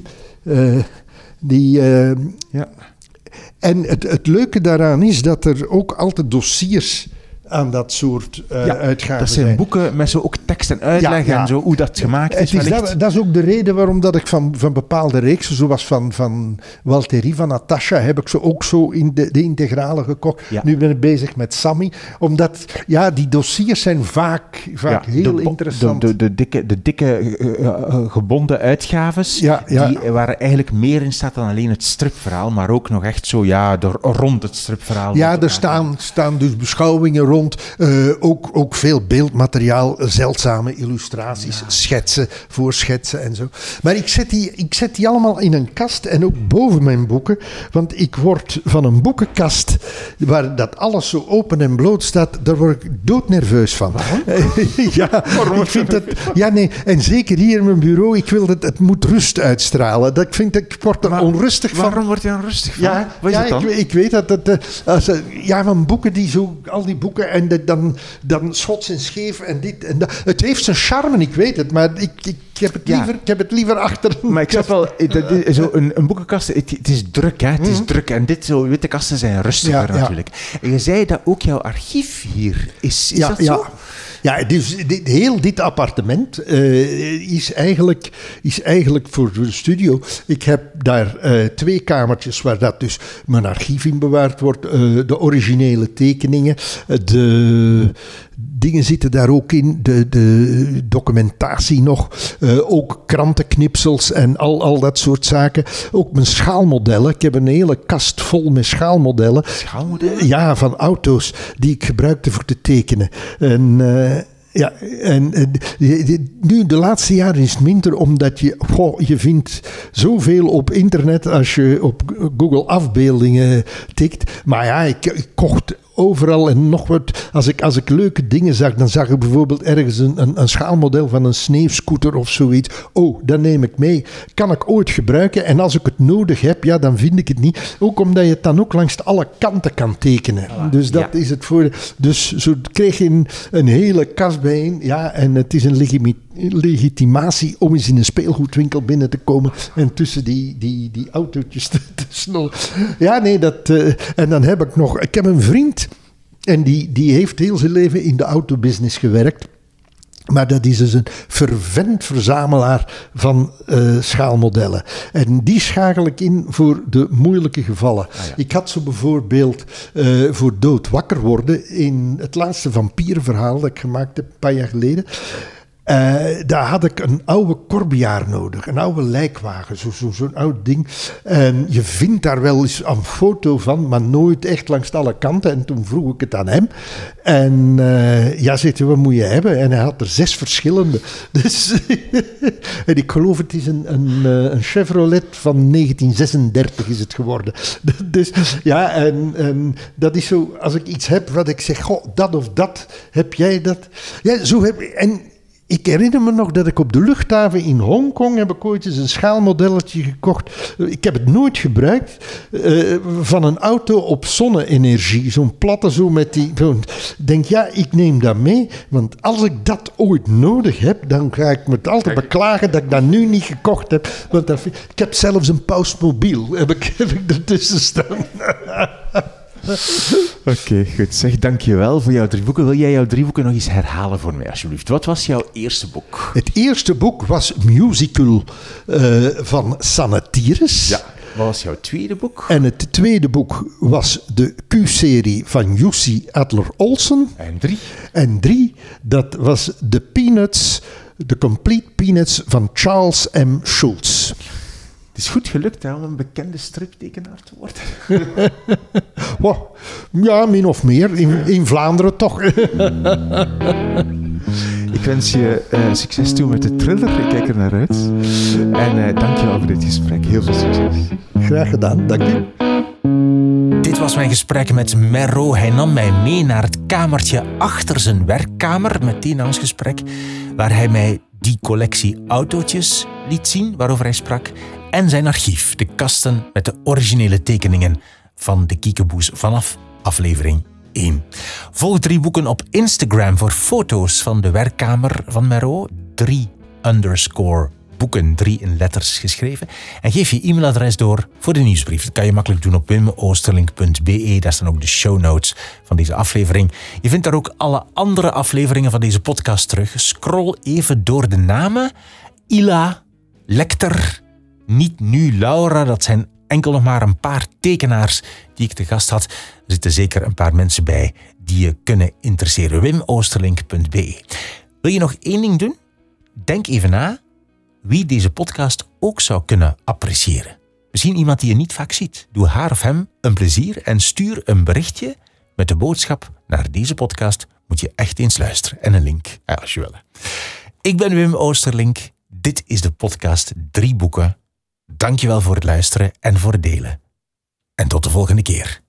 En het leuke daaraan is dat er ook altijd dossiers aan dat soort uitgaven zijn. Dat zijn boeken met zo ook tekst en uitleg en zo, hoe dat gemaakt is. Dat is ook de reden waarom dat ik van bepaalde reeksen, zoals van Walterie, van Natasha, heb ik ze ook zo in de integrale gekocht. Ja. Nu ben ik bezig met Sammy, omdat die dossiers zijn vaak heel interessant. De dikke gebonden uitgaves, die waren eigenlijk meer in staat dan alleen het stripverhaal, maar ook nog echt zo, rond het stripverhaal. Ja, er staan dus beschouwingen rond. Ook veel beeldmateriaal, zeldzame illustraties, schetsen, voorschetsen en zo. Maar ik zet die allemaal in een kast en ook boven mijn boeken, want ik word van een boekenkast waar dat alles zo open en bloot staat, daar word ik doodnerveus van. Waarom? Ik vind dat... Ja, nee, en zeker hier in mijn bureau, ik wil dat het moet rust uitstralen. Ik word er onrustig van. Waarom word je onrustig van? Wat is het dan? Ik weet dat van boeken die zo, al die boeken en dan schots en scheef en dit en dat. Het heeft zijn charme, ik weet het, maar ik heb het liever achter. Maar ik snap wel, een boekenkast, het is druk, hè? Het is druk. En witte kasten zijn rustiger natuurlijk. En je zei dat ook jouw archief hier is. Is dat zo? Ja, dus heel dit appartement is eigenlijk voor de studio. Ik heb daar 2 kamertjes waar dat dus mijn archief in bewaard wordt. De originele tekeningen, dingen zitten daar ook in. De documentatie nog. Ook krantenknipsels en al dat soort zaken. Ook mijn schaalmodellen. Ik heb een hele kast vol met schaalmodellen. Schaalmodellen? Ja, van auto's die ik gebruikte voor te tekenen. En nu de laatste jaren is het minder, omdat je vindt zoveel op internet als je op Google afbeeldingen tikt. Maar ja, ik kocht overal en nog wat. Als ik leuke dingen zag, dan zag ik bijvoorbeeld ergens een schaalmodel van een sneeuwscooter of zoiets. Oh, dat neem ik mee. Kan ik ooit gebruiken? En als ik het nodig heb, ja, dan vind ik het niet. Ook omdat je het dan ook langs alle kanten kan tekenen. Voilà. Dus dat is het voordeel. Dus zo kreeg je een hele kast bijeen. Ja, en het is een legitimatie om eens in een speelgoedwinkel binnen te komen en tussen die autootjes te snoren. Ja, nee, en dan heb ik heb een vriend en die heeft heel zijn leven in de autobusiness gewerkt. Maar dat is dus een fervent verzamelaar van schaalmodellen. En die schakel ik in voor de moeilijke gevallen. Ah, ja. Ik had zo bijvoorbeeld voor Dood wakker worden in het laatste vampierenverhaal dat ik gemaakt heb een paar jaar geleden. Daar had ik een oude Corbiaar nodig, een oude lijkwagen, zo'n oud ding. En je vindt daar wel eens een foto van, maar nooit echt langs alle kanten. En toen vroeg ik het aan hem. En zegt hij, wat moet je hebben? En hij had er 6 verschillende. Dus en ik geloof het is een Chevrolet van 1936 is het geworden. Dus ja, en dat is zo, als ik iets heb wat ik zeg, goh, dat of dat, heb jij dat? Ja, zo heb ik... En ik herinner me nog dat ik op de luchthaven in Hongkong heb ik ooit eens een schaalmodelletje gekocht. Ik heb het nooit gebruikt. Van een auto op zonne-energie. Zo'n platte zo met die... Ik denk, ja, ik neem dat mee. Want als ik dat ooit nodig heb, dan ga ik me altijd beklagen dat ik dat nu niet gekocht heb. Want ik heb zelfs een Pausmobiel. Heb ik ertussen staan. Oké, goed. Zeg, dankjewel voor jouw 3 boeken. Wil jij jouw 3 boeken nog eens herhalen voor mij, alsjeblieft? Wat was jouw eerste boek? Het eerste boek was Musical van Sanne Tieres. Ja. Wat was jouw tweede boek? En het tweede boek was de Q-serie van Jussi Adler-Olsen. En 3, dat was The Peanuts, The Complete Peanuts van Charles M. Schulz. Het is goed gelukt om een bekende striptekenaar te worden. Wow. Ja, min of meer. In Vlaanderen toch. Ik wens je succes toe met de thriller. Ik kijk er naar uit. En dank je wel voor dit gesprek. Heel veel succes. Graag gedaan. Dank u. Dit was mijn gesprek met Merro. Hij nam mij mee naar het kamertje achter zijn werkkamer, meteen na ons gesprek, waar hij mij die collectie autootjes liet zien waarover hij sprak en zijn archief, de kasten met de originele tekeningen van de Kiekeboes vanaf aflevering 1. Volg 3 boeken op Instagram voor foto's van de werkkamer van Merro. 3_boeken, 3 in letters geschreven. En geef je e-mailadres door voor de nieuwsbrief. Dat kan je makkelijk doen op wimoosterlink.be. Daar staan ook de show notes van deze aflevering. Je vindt daar ook alle andere afleveringen van deze podcast terug. Scroll even door de namen. Ila, Lecter, Niet Nu Laura, dat zijn enkel nog maar een paar tekenaars die ik te gast had. Er zitten zeker een paar mensen bij die je kunnen interesseren. wimoosterlink.be. Wil je nog 1 ding doen? Denk even na wie deze podcast ook zou kunnen appreciëren. Misschien iemand die je niet vaak ziet. Doe haar of hem een plezier en stuur een berichtje met de boodschap: naar deze podcast moet je echt eens luisteren. En een link, als je wil. Ik ben Wim Oosterlink. Dit is de podcast 3 boeken. Dankjewel voor het luisteren en voor het delen. En tot de volgende keer.